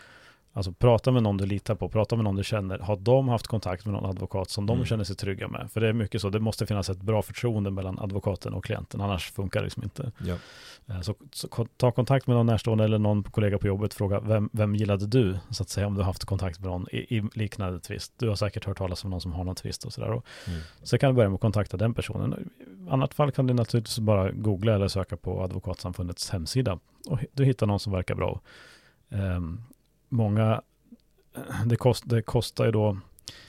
C: Alltså prata med någon du litar på, prata med någon du känner. Har de haft kontakt med någon advokat som de känner sig trygga med? För det är mycket så, det måste finnas ett bra förtroende mellan advokaten och klienten, annars funkar det liksom inte.
B: Ja.
C: Så ta kontakt med någon närstående eller någon kollega på jobbet, fråga vem gillade du, så att säga, om du har haft kontakt med någon i liknande tvist. Du har säkert hört talas om någon som har någon tvist och sådär. Så kan du börja med att kontakta den personen. I annat fall kan du naturligtvis bara googla eller söka på Advokatsamfundets hemsida och du hittar någon som verkar bra. Det kostar ju då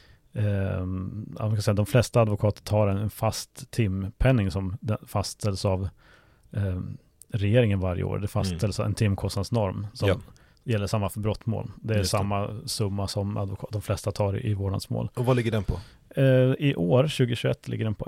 C: de flesta advokater tar en fast timpenning som fastställs av regeringen varje år. Det fastställs en timkostnadsnorm som gäller samma för brottmål. Det är samma summa som de flesta tar i vårdnadsmål.
B: Och vad ligger den på?
C: I år, 2021, ligger den på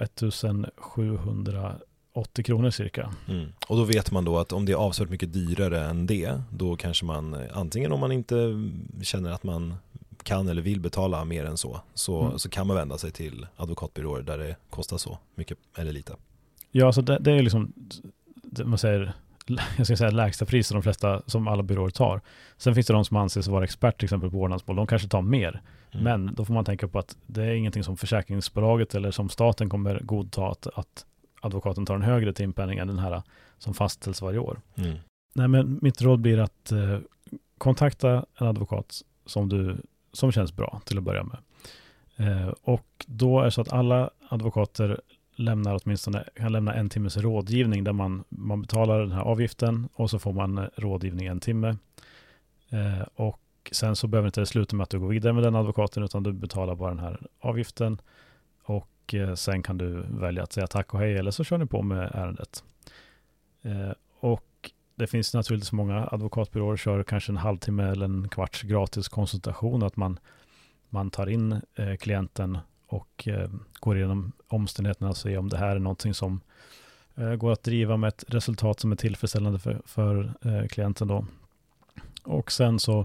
C: 1780 kronor cirka.
B: Och då vet man då att om det är avsevärt mycket dyrare än det, då kanske man, antingen om man inte känner att man kan eller vill betala mer än så kan man vända sig till advokatbyråer där det kostar så mycket eller lite.
C: Ja, alltså det är liksom, man säger, jag ska säga lägsta pris de flesta, som alla byråer tar. Sen finns det de som anses vara expert till exempel på vårdnadsmål. De kanske tar mer. Men då får man tänka på att det är ingenting som försäkringsbolaget eller som staten kommer godta att advokaten tar en högre timpenning än den här som fastställs varje år. Nej, men mitt råd blir att kontakta en advokat som känns bra till att börja med. Och då är det så att alla advokater kan lämna en timmes rådgivning där man betalar den här avgiften och så får man rådgivning en timme. Och sen så behöver inte det sluta med att du går vidare med den advokaten, utan du betalar bara den här avgiften och sen kan du välja att säga tack och hej, eller så kör ni på med ärendet. Och det finns naturligtvis många advokatbyråer kör kanske en halvtimme eller en kvarts gratis konsultation, att man tar in klienten och går igenom omständigheterna och ser om det här är någonting som går att driva med ett resultat som är tillfredsställande för klienten då. Och sen så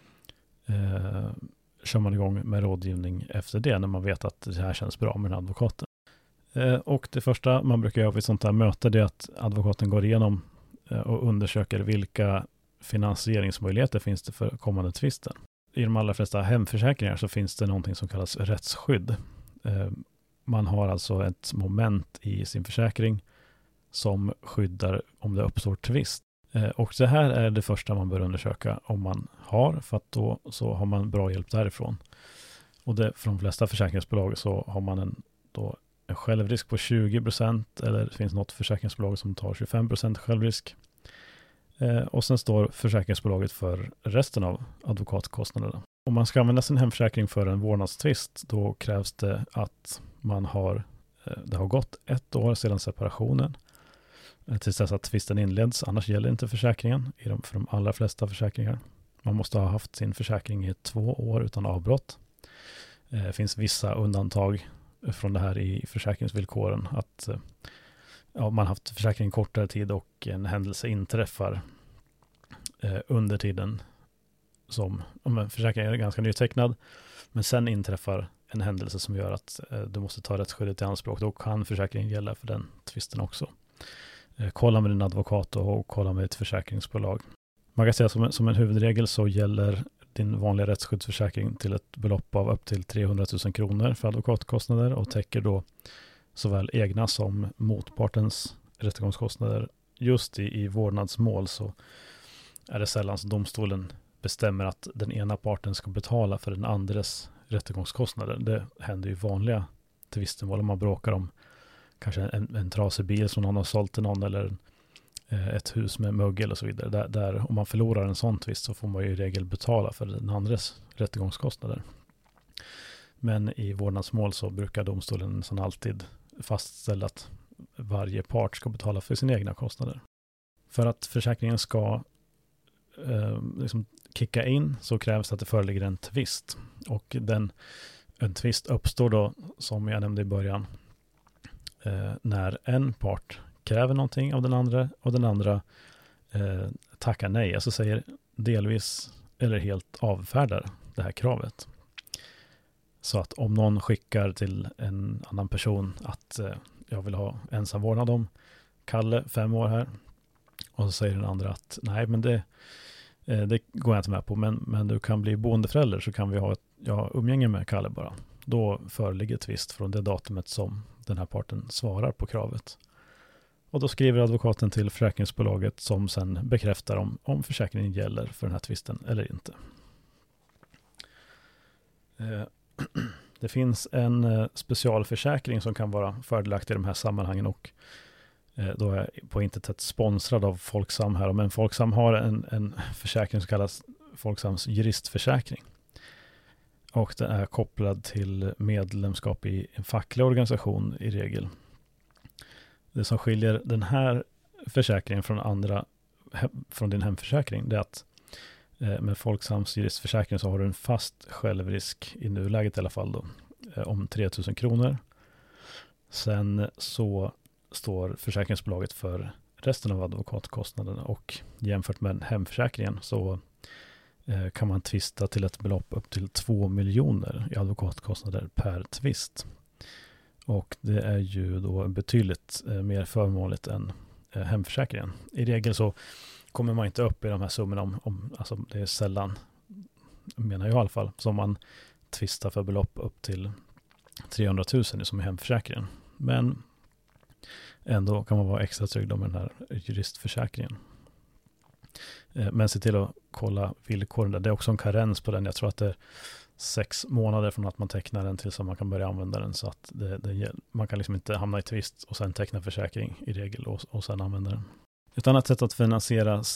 C: kör man igång med rådgivning efter det, när man vet att det här känns bra med den advokaten. Och det första man brukar göra vid ett sånt här möte, det är att advokaten går igenom och undersöker vilka finansieringsmöjligheter finns det för kommande tvisten. I de allra flesta hemförsäkringar så finns det någonting som kallas rättsskydd. Man har alltså ett moment i sin försäkring som skyddar om det uppstår tvist. Och det här är det första man bör undersöka om man har, för att då så har man bra hjälp därifrån. Och för de flesta försäkringsbolag så har man en självrisk på 20%, eller det finns något försäkringsbolag som tar 25% självrisk. Och sen står försäkringsbolaget för resten av advokatkostnaderna. Om man ska använda sin hemförsäkring för en vårdnadstvist, då krävs det att det har gått 1 år sedan separationen tills dess att tvisten inleds. Annars gäller inte försäkringen för de allra flesta försäkringar. Man måste ha haft sin försäkring i 2 år utan avbrott. Det finns vissa undantag från det här i försäkringsvillkoren, att man har haft försäkring kortare tid och en händelse inträffar under tiden som försäkringen är ganska nytecknad, men sen inträffar en händelse som gör att du måste ta rättsskyddet i anspråk. Då kan försäkringen gälla för den tvisten också. Kolla med din advokat och kolla med ditt försäkringsbolag. Man kan säga som en huvudregel så gäller din vanliga rättsskyddsförsäkring till ett belopp av upp till 300 000 kronor för advokatkostnader och täcker då såväl egna som motpartens rättegångskostnader. Just i vårdnadsmål så är det sällan som domstolen bestämmer att den ena parten ska betala för den andres rättegångskostnader. Det händer ju i vanliga tvistemål om man bråkar om kanske en trasig bil som någon har sålt till någon, eller ett hus med mögel och så vidare. Där om man förlorar en sån tvist så får man ju i regel betala för den andres rättegångskostnader. Men i vårdnadsmål så brukar domstolen nästan alltid fastställa att varje part ska betala för sina egna kostnader. För att försäkringen ska kicka in så krävs att det föreligger en tvist. Och en tvist uppstår då, som jag nämnde i början, när en part kräver någonting av den andra och den andra tackar nej, alltså säger delvis eller helt avfärdar det här kravet. Så att om någon skickar till en annan person att jag vill ha ensam vårdnad om Kalle, 5 år här, och så säger den andra att nej, men Det går jag inte med på, men du kan bli boendeförälder, så kan vi ha umgänge med Kalle bara. Då föreligger tvist från det datumet som den här parten svarar på kravet. Och då skriver advokaten till försäkringsbolaget som sen bekräftar om försäkringen gäller för den här tvisten eller inte. Det finns en specialförsäkring som kan vara fördelaktig i de här sammanhangen, och då är jag på intet sätt sponsrad av Folksam här, men Folksam har en försäkring som kallas Folksams juristförsäkring. Och den är kopplad till medlemskap i en facklig organisation i regel. Det som skiljer den här försäkringen från din hemförsäkring, det är att med Folksams juristförsäkring så har du en fast självrisk i nuläget i alla fall då, om 3 000 kronor. Sen så står försäkringsbolaget för resten av advokatkostnaderna, och jämfört med hemförsäkringen så kan man tvista till ett belopp upp till 2 miljoner i advokatkostnader per tvist. Och det är ju då betydligt mer förmånligt än hemförsäkringen. I regel så kommer man inte upp i de här summorna alltså det är sällan, menar jag i alla fall, som man tvistar för belopp upp till 300 000 som i hemförsäkringen. Men ändå kan man vara extra trygg med den här juristförsäkringen. Men se till att kolla villkoren där. Det är också en karens på den. Jag tror att det är 6 månader från att man tecknar den tills man kan börja använda den, så att man kan liksom inte hamna i tvist och sen teckna försäkring i regel och sen använda den. Ett annat sätt att finansiera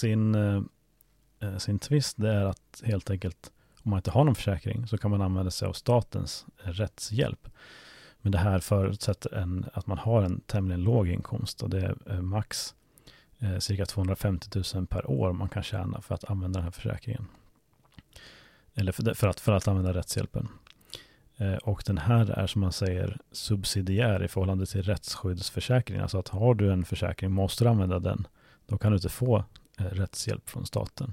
C: sin tvist, det är att helt enkelt, om man inte har någon försäkring, så kan man använda sig av statens rättshjälp. Men det här förutsätter att man har en tämligen låg inkomst, och det är max cirka 250 000 per år man kan tjäna för att använda den här försäkringen. Eller för att använda rättshjälpen. Och den här är, som man säger, subsidiär i förhållande till rättsskyddsförsäkringen. Alltså att har du en försäkring, måste du använda den, då kan du inte få rättshjälp från staten.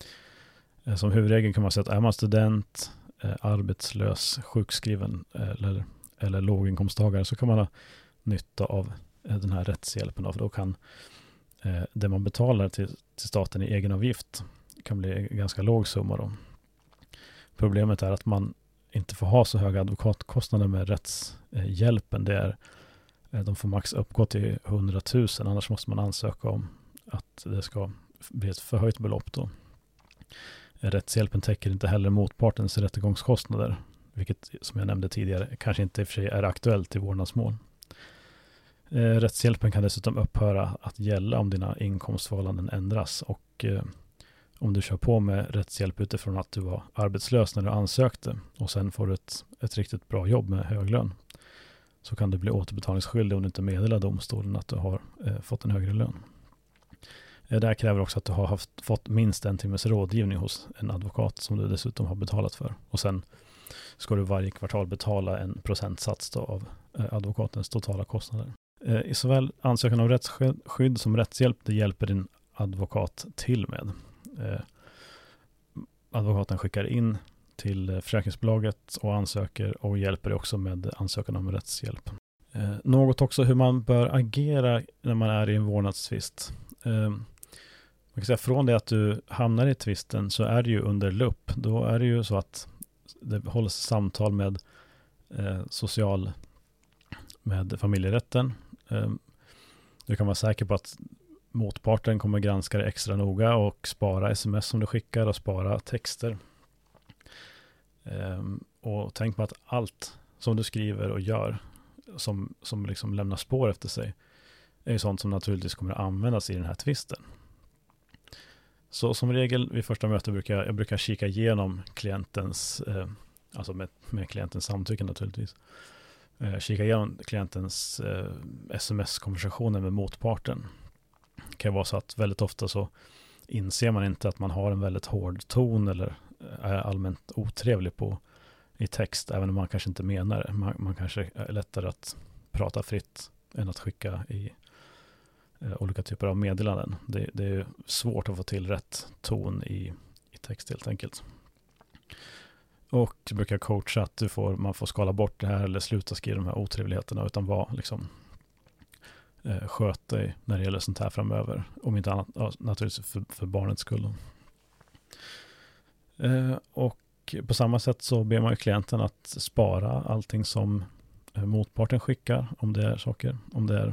C: Som huvudregel kan man säga att är man student, arbetslös, sjukskriven eller låginkomsttagare, så kan man ha nytta av den här rättshjälpen. För då kan det man betalar till staten i egenavgift kan bli ganska låg summa då. Problemet är att man inte får ha så höga advokatkostnader med rättshjälpen. De får max uppgå till 100 000, annars måste man ansöka om att det ska bli ett förhöjt belopp då. Rättshjälpen täcker inte heller motpartens rättegångskostnader, vilket som jag nämnde tidigare kanske inte i och för sig är aktuellt i vårdnadsmål. Rättshjälpen kan dessutom upphöra att gälla om dina inkomstförhållanden ändras, och om du kör på med rättshjälp utifrån att du var arbetslös när du ansökte och sen får du ett riktigt bra jobb med hög lön, så kan du bli återbetalningsskyldig om du inte meddelar domstolen att du har fått en högre lön. Det här kräver också att du har fått minst 1 timmes rådgivning hos en advokat som du dessutom har betalat för. Och sen ska du varje kvartal betala en procentsats då av advokatens totala kostnader. I såväl ansökan om rättsskydd som rättshjälp, det hjälper din advokat till med. Advokaten skickar in till försäkringsbolaget och ansöker, och hjälper också med ansökan om rättshjälp. Något också hur man bör agera när man är i en vårdnadstvist. Man kan säga, från det att du hamnar i tvisten så är det ju under lupp. Då är det ju så att det hålls samtal med med familjerätten. Du kan vara säker på att motparten kommer granska det extra noga och spara sms som du skickar och spara texter. Och tänk på att allt som du skriver och gör som liksom lämnar spår efter sig är ju sånt som naturligtvis kommer att användas i den här tvisten. Så som regel vid första mötet brukar jag kika igenom klientens, alltså med klientens samtycke naturligtvis, kika igenom klientens sms-konversationer med motparten. Det kan vara så att väldigt ofta så inser man inte att man har en väldigt hård ton eller är allmänt otrevlig i text, även om man kanske inte menar det. Man kanske är lättare att prata fritt än att skicka i olika typer av meddelanden. Det är svårt att få till rätt ton i text helt enkelt. Och jag brukar coacha att man får skala bort det här eller sluta skriva de här otrevligheterna, utan sköt dig när det gäller sånt här framöver. Om inte annat, naturligtvis för barnets skull. Och på samma sätt så ber man ju klienten att spara allting som motparten skickar, om det är saker, om det är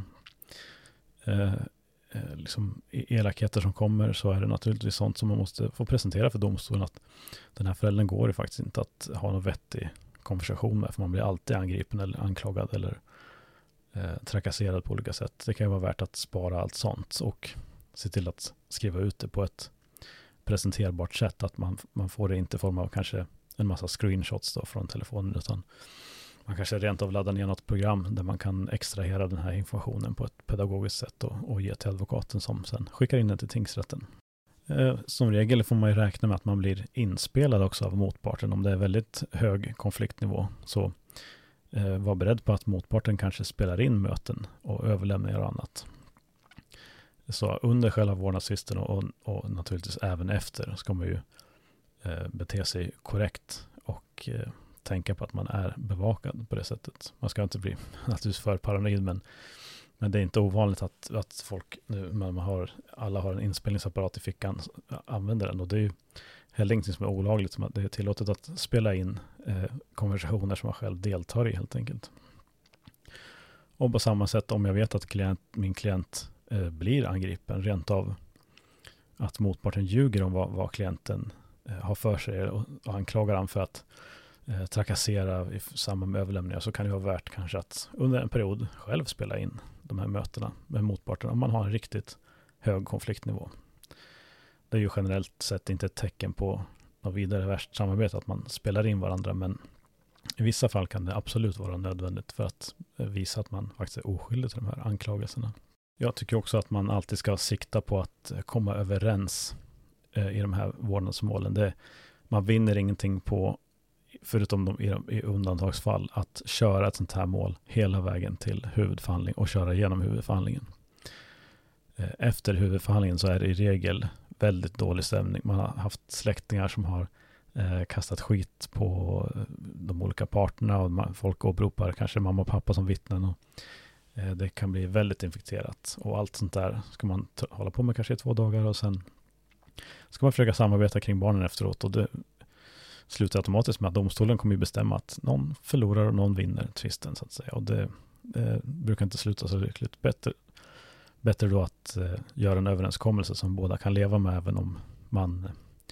C: liksom elakheter som kommer, så är det naturligtvis sånt som man måste få presentera för domstolen, att den här föräldern går det faktiskt inte att ha någon vettig konversation med, för man blir alltid angripen eller anklagad eller trakasserad på olika sätt. Det kan ju vara värt att spara allt sånt och se till att skriva ut det på ett presenterbart sätt, att man får det inte i form av kanske en massa screenshots då från telefonen, utan man kanske rent av laddar ner något program där man kan extrahera den här informationen på ett pedagogiskt sätt och ge till advokaten som sen skickar in den till tingsrätten. Som regel får man ju räkna med att man blir inspelad också av motparten. Om det är väldigt hög konfliktnivå, så var beredd på att motparten kanske spelar in möten och överlämningar och annat. Så under själva vårdnadstvisten och naturligtvis även efter ska man ju bete sig korrekt och tänka på att man är bevakad på det sättet. Man ska inte bli naturligtvis för paranoid, men det är inte ovanligt att folk nu, när alla har en inspelningsapparat i fickan, använder den, och det är ju heller ingenting som är olagligt. Det är tillåtet att spela in konversationer som man själv deltar i, helt enkelt. Och på samma sätt, om jag vet att min klient blir angripen, rent av att motparten ljuger om vad klienten har för sig och anklagar han för att trakassera i samband med överlämningar, så kan det vara värt kanske att under en period själv spela in de här mötena med motparten om man har en riktigt hög konfliktnivå. Det är ju generellt sett inte ett tecken på något vidare värst samarbete att man spelar in varandra, men i vissa fall kan det absolut vara nödvändigt för att visa att man faktiskt är oskyldig till de här anklagelserna. Jag tycker också att man alltid ska sikta på att komma överens i de här vårdnadsmålen. Man vinner ingenting på, förutom i undantagsfall, att köra ett sånt här mål hela vägen till huvudförhandling och köra igenom huvudförhandlingen. Efter huvudförhandlingen så är det i regel väldigt dålig stämning. Man har haft släktingar som har kastat skit på de olika parterna, och folk åberopar kanske mamma och pappa som vittnen, och det kan bli väldigt infekterat. Och allt sånt där ska man hålla på med kanske i 2 dagar, och sen ska man försöka samarbeta kring barnen efteråt, och det slutar automatiskt med att domstolen kommer bestämma att någon förlorar och någon vinner tvisten, så att säga. Och det brukar inte sluta så lyckligt. Bättre då att göra en överenskommelse som båda kan leva med, även om man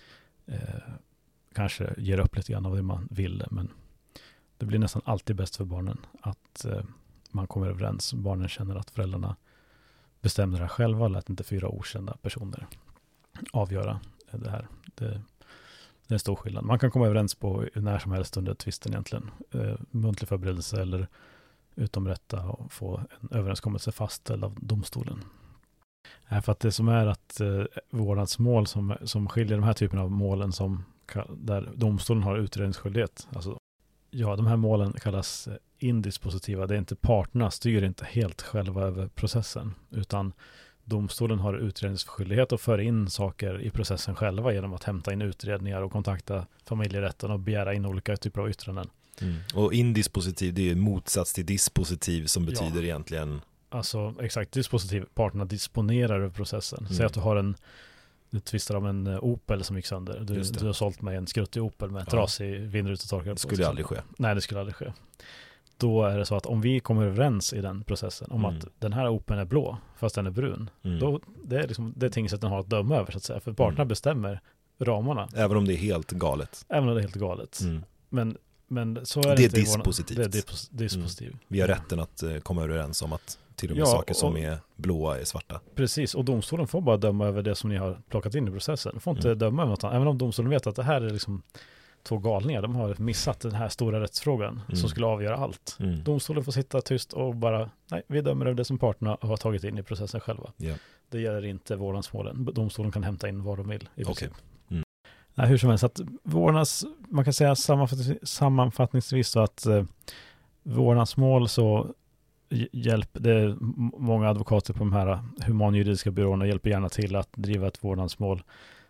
C: kanske ger upp lite grann av det man vill. Men det blir nästan alltid bäst för barnen att man kommer överens. Barnen känner att föräldrarna bestämmer det här själva, eller att inte 4 okända personer avgöra det här. Det är en stor skillnad. Man kan komma överens på när som helst under tvisten egentligen. Muntlig förberedelse eller utomrätta, och få en överenskommelse fastställd av domstolen. För att det som är att vårdnadsmål som skiljer de här typen av målen där domstolen har utredningsskyldighet. Alltså, de här målen kallas indispositiva. Det är inte parterna styr inte helt själva över processen, utan domstolen har utredningsskyldighet att föra in saker i processen själva genom att hämta in utredningar och kontakta familjerätten och begära in olika typer av yttranden.
B: Och indispositiv, det är motsats till dispositiv, som betyder egentligen... Alltså
C: exakt, dispositiv, parterna disponerar över processen. Säg att du tvistar om en Opel som gick sönder. Du har sålt mig en skruttig Opel med trasig vindrutetorkare.
B: Det skulle aldrig ske.
C: Nej, det skulle aldrig ske. Då är det så att om vi kommer överens i den processen om att den här Opeln är blå fast den är brun, då det är liksom det tingsrätten har att döma över, så att säga. För parterna bestämmer ramarna.
B: Även om det är helt galet.
C: Även om det är helt galet. Men så är
B: det är dispositivt.
C: Det är dispositivt.
B: Vi har rätten att komma överens om att till och med saker som är blåa är svarta.
C: Precis, och domstolen får bara döma över det som ni har plockat in i processen. De får inte döma över något annat. Även om domstolen vet att det här är liksom 2 galningar. De har missat den här stora rättsfrågan som skulle avgöra allt. Domstolen får sitta tyst och bara, nej, vi dömer över det som parterna har tagit in i processen själva. Yeah. Det gäller inte vårdnadsmålen. Domstolen kan hämta in vad de vill i princip. Nej, hur som helst, att man kan säga sammanfattningsvis så att vårdnadsmål så det är många advokater på de här humanjuridiska byråerna hjälper gärna till att driva ett vårdnadsmål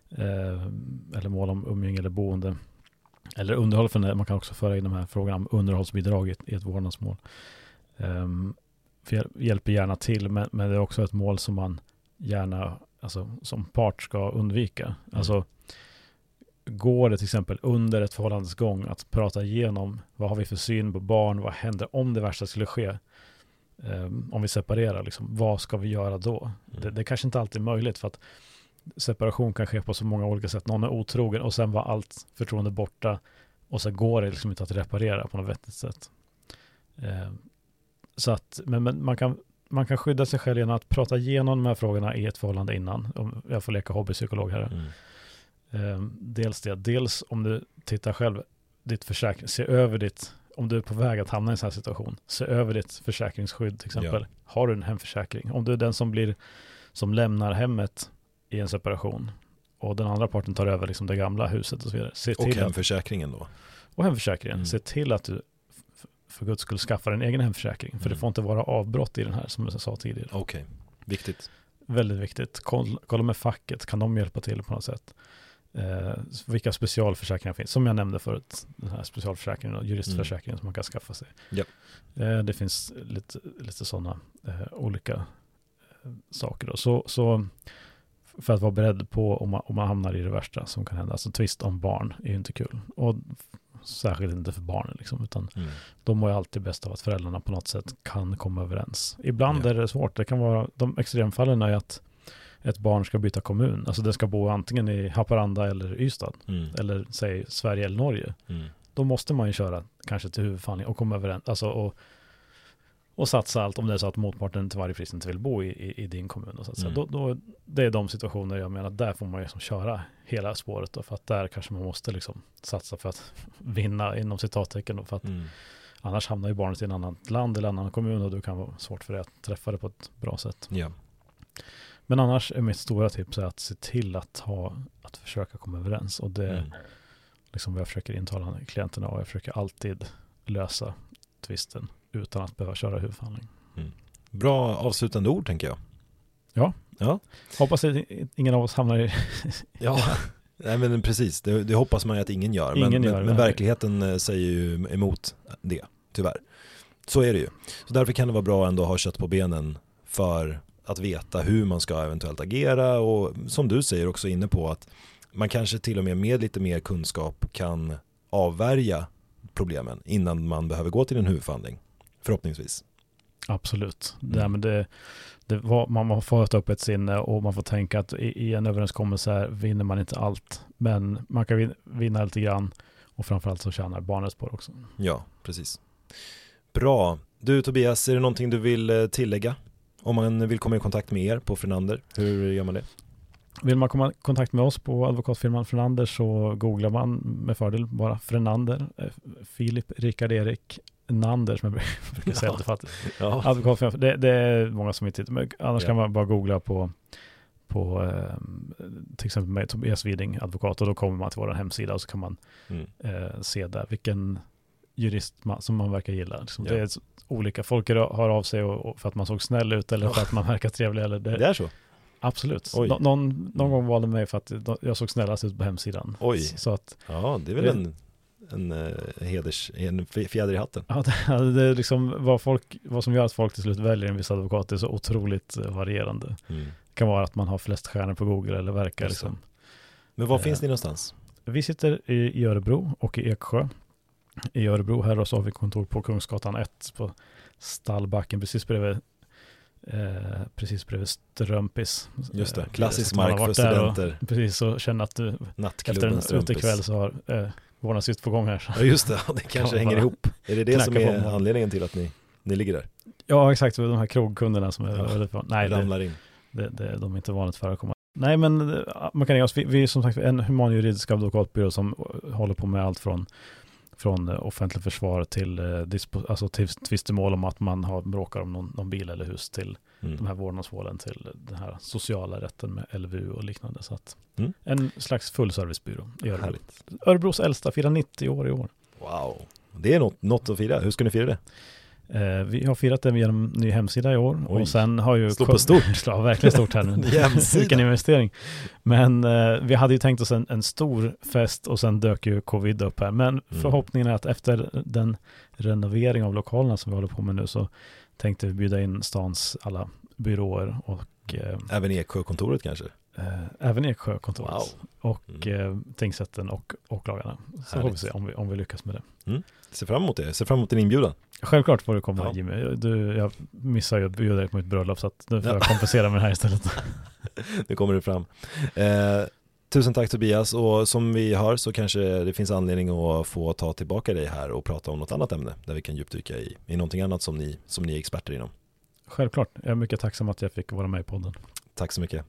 C: eller mål om umgänge eller boende eller underhåll, för man kan också föra in de här frågorna om underhållsbidrag i ett vårdnadsmål. Hjälper gärna till, men det är också ett mål som man gärna, alltså som part ska undvika. Alltså går det till exempel under ett förhållandes gång att prata igenom vad har vi för syn på barn, vad händer om det värsta skulle ske, om vi separerar, liksom, vad ska vi göra då? Det kanske inte alltid är möjligt, för att separation kan ske på så många olika sätt. Någon är otrogen och sen var allt förtroende borta och så går det liksom inte att reparera på något vettigt sätt. Så att, men man kan skydda sig själv genom att prata igenom de här frågorna i ett förhållande innan. Om jag får leka hobbypsykolog här. Dels om du tittar själv, ditt försäkring, se över ditt, om du är på väg att hamna i en sån här situation, se över ditt försäkringsskydd till exempel. Ja. Har du en hemförsäkring? Om du är den som lämnar hemmet i en separation och den andra parten tar över liksom det gamla huset och så vidare. Se till
B: och hemförsäkringen då? Och
C: hemförsäkringen. Se till att du för Guds skull skaffa en egen hemförsäkring. För det får inte vara avbrott i den här, som jag sa tidigare.
B: Okej, viktigt.
C: Väldigt viktigt. Kolla med facket, kan de hjälpa till på något sätt? Vilka specialförsäkringar finns? Som jag nämnde förut, den här specialförsäkringen och juristförsäkringen som man kan skaffa sig.
B: Yep.
C: Det finns lite sådana olika saker då. Så för att vara beredd på om man hamnar i det värsta som kan hända. Alltså tvist om barn är ju inte kul. Och särskilt inte för barnen liksom, utan de mår ju alltid bäst av att föräldrarna på något sätt kan komma överens. Ibland är det svårt. Det kan vara, de extremfallen är att ett barn ska byta kommun. Alltså det ska bo antingen i Haparanda eller Ystad. Eller säg Sverige eller Norge. Då måste man ju köra kanske till huvudförhandling och komma överens. Alltså och satsa allt om det är så att motparten till varje pris inte vill bo i din kommun. Och så att säga. Då, det är de situationer jag menar, där får man ju liksom köra hela spåret. Då, för att där kanske man måste liksom satsa för att vinna inom citattecken. Då, för att annars hamnar ju barnet i en annan land eller annan kommun och det kan vara svårt för dig att träffa det på ett bra sätt.
B: Ja.
C: Men annars är mitt stora tips att se till att försöka komma överens. Och det är liksom vad jag försöker intala klienterna, och jag försöker alltid lösa tvisten utan att behöva köra huvudförhandling.
B: Bra avslutande ord, tänker jag.
C: Ja. Hoppas att ingen av oss hamnar i...
B: Ja, nej, men precis. Det hoppas man ju att ingen gör. Men verkligheten säger ju emot det, tyvärr. Så är det ju. Så därför kan det vara bra ändå att ha kött på benen för att veta hur man ska eventuellt agera. Och som du säger också inne på, att man kanske till och med lite mer kunskap kan avvärja problemen innan man behöver gå till en huvudförhandling. Förhoppningsvis.
C: Absolut. Man får ta upp ett sinne och man får tänka att i en överenskommelse här vinner man inte allt. Men man kan vinna lite grann, och framförallt så tjänar barnet på det också.
B: Ja, precis. Bra. Du Tobias, är det någonting du vill tillägga? Om man vill komma i kontakt med er på Frenander, hur gör man det?
C: Vill man komma i kontakt med oss på advokatfirman Frenander så googlar man med fördel bara Frenander, Filip, Rickard, Erik, Nander som jag brukar säga alltid fattigt. Ja. Advokatfirman, det är många som inte, men annars kan man bara googla på till exempel med Tobias Widing, advokat, och då kommer man till vår hemsida och så kan man se där vilken jurist som man verkar gilla. Liksom. Det är olika folk har av sig och för att man såg snäll ut eller för att man verkar trevlig. Eller det är
B: så?
C: Absolut. Någon gång valde mig för att jag såg snällast ut på hemsidan.
B: Oj.
C: Så att,
B: ja, det är väl en fjäder i hatten.
C: Ja, det är liksom vad som gör att folk till slut väljer en viss advokat är så otroligt varierande. Det kan vara att man har flest stjärnor på Google eller verkar liksom.
B: Men var finns ni någonstans?
C: Vi sitter i Örebro och i Eksjö. I Örebro här, och så har vi kontor på Kungsgatan 1 på Stallbacken precis bredvid Strömpis. Just det, klassisk mark för studenter. Precis, så känner att du efter en utekväll så har vårdnadstvister ut på gång här.
B: Ja just det, det kanske hänger ihop. Är det som är anledningen till att ni ligger där?
C: Ja exakt, de här krogkunderna som är väldigt bra. Nej,
B: ramlar in.
C: De är inte vanligt förekommande. Nej, men man kan vi är som sagt en humanjuridisk advokatbyrå som håller på med allt från offentligt försvar till tvistemål om att man bråkar om någon bil eller hus till de här vårdnadsmålen till den här sociala rätten med LVU och liknande. Så att en slags fullservicebyrå i Örebro. Örebros äldsta firar 90 år i år.
B: Wow, det är något att fira. Hur ska ni fira det?
C: Vi har firat det genom ny hemsida i år.
B: Oj.
C: Och sen har ju
B: stort.
C: Ja, verkligen stort här nu. Vilken investering. Men vi hade ju tänkt oss en stor fest och sen dök ju covid upp här. Men förhoppningen är att efter den renovering av lokalerna som vi håller på med nu så tänkte vi bjuda in stans alla byråer och
B: även Eksjö-kontoret kanske?
C: Även Eksjökontoret.
B: Wow.
C: Och tingsrätten och åklagarna. Så får vi se om vi lyckas med det.
B: Ser fram emot det. Ser fram emot din inbjudan.
C: Självklart får du komma, Jimmy. Jag missar ju att bjuda dig på mitt bröllop, så att nu får jag kompensera med det här istället.
B: Nu kommer det fram. Tusen tack Tobias, och som vi hör så kanske det finns anledning att få ta tillbaka dig här och prata om något annat ämne där vi kan djupdyka i någonting annat som ni är experter inom.
C: Självklart. Jag är mycket tacksam att jag fick vara med i podden.
B: Tack så mycket.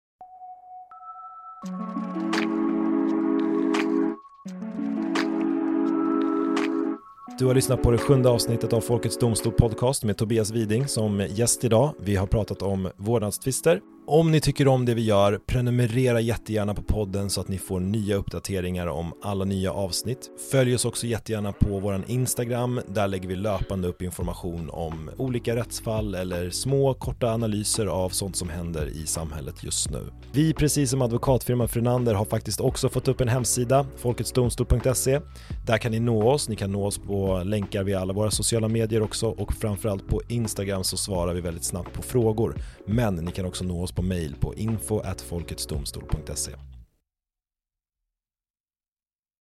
B: Du har lyssnat på det 7:e avsnittet av Folkets Domstol podcast med Tobias Widing som gäst idag. Vi har pratat om vårdnadstvister. Om ni tycker om det vi gör, prenumerera jättegärna på podden så att ni får nya uppdateringar om alla nya avsnitt. Följ oss också jättegärna på våran Instagram. Där lägger vi löpande upp information om olika rättsfall eller små korta analyser av sånt som händer i samhället just nu. Vi, precis som advokatfirman Frenander, har faktiskt också fått upp en hemsida, folketsdomstol.se. Där kan ni nå oss. Ni kan nå oss på länkar via alla våra sociala medier också, och framförallt på Instagram så svarar vi väldigt snabbt på frågor. Men ni kan också nå oss på mail på info@folketsdomstol.se.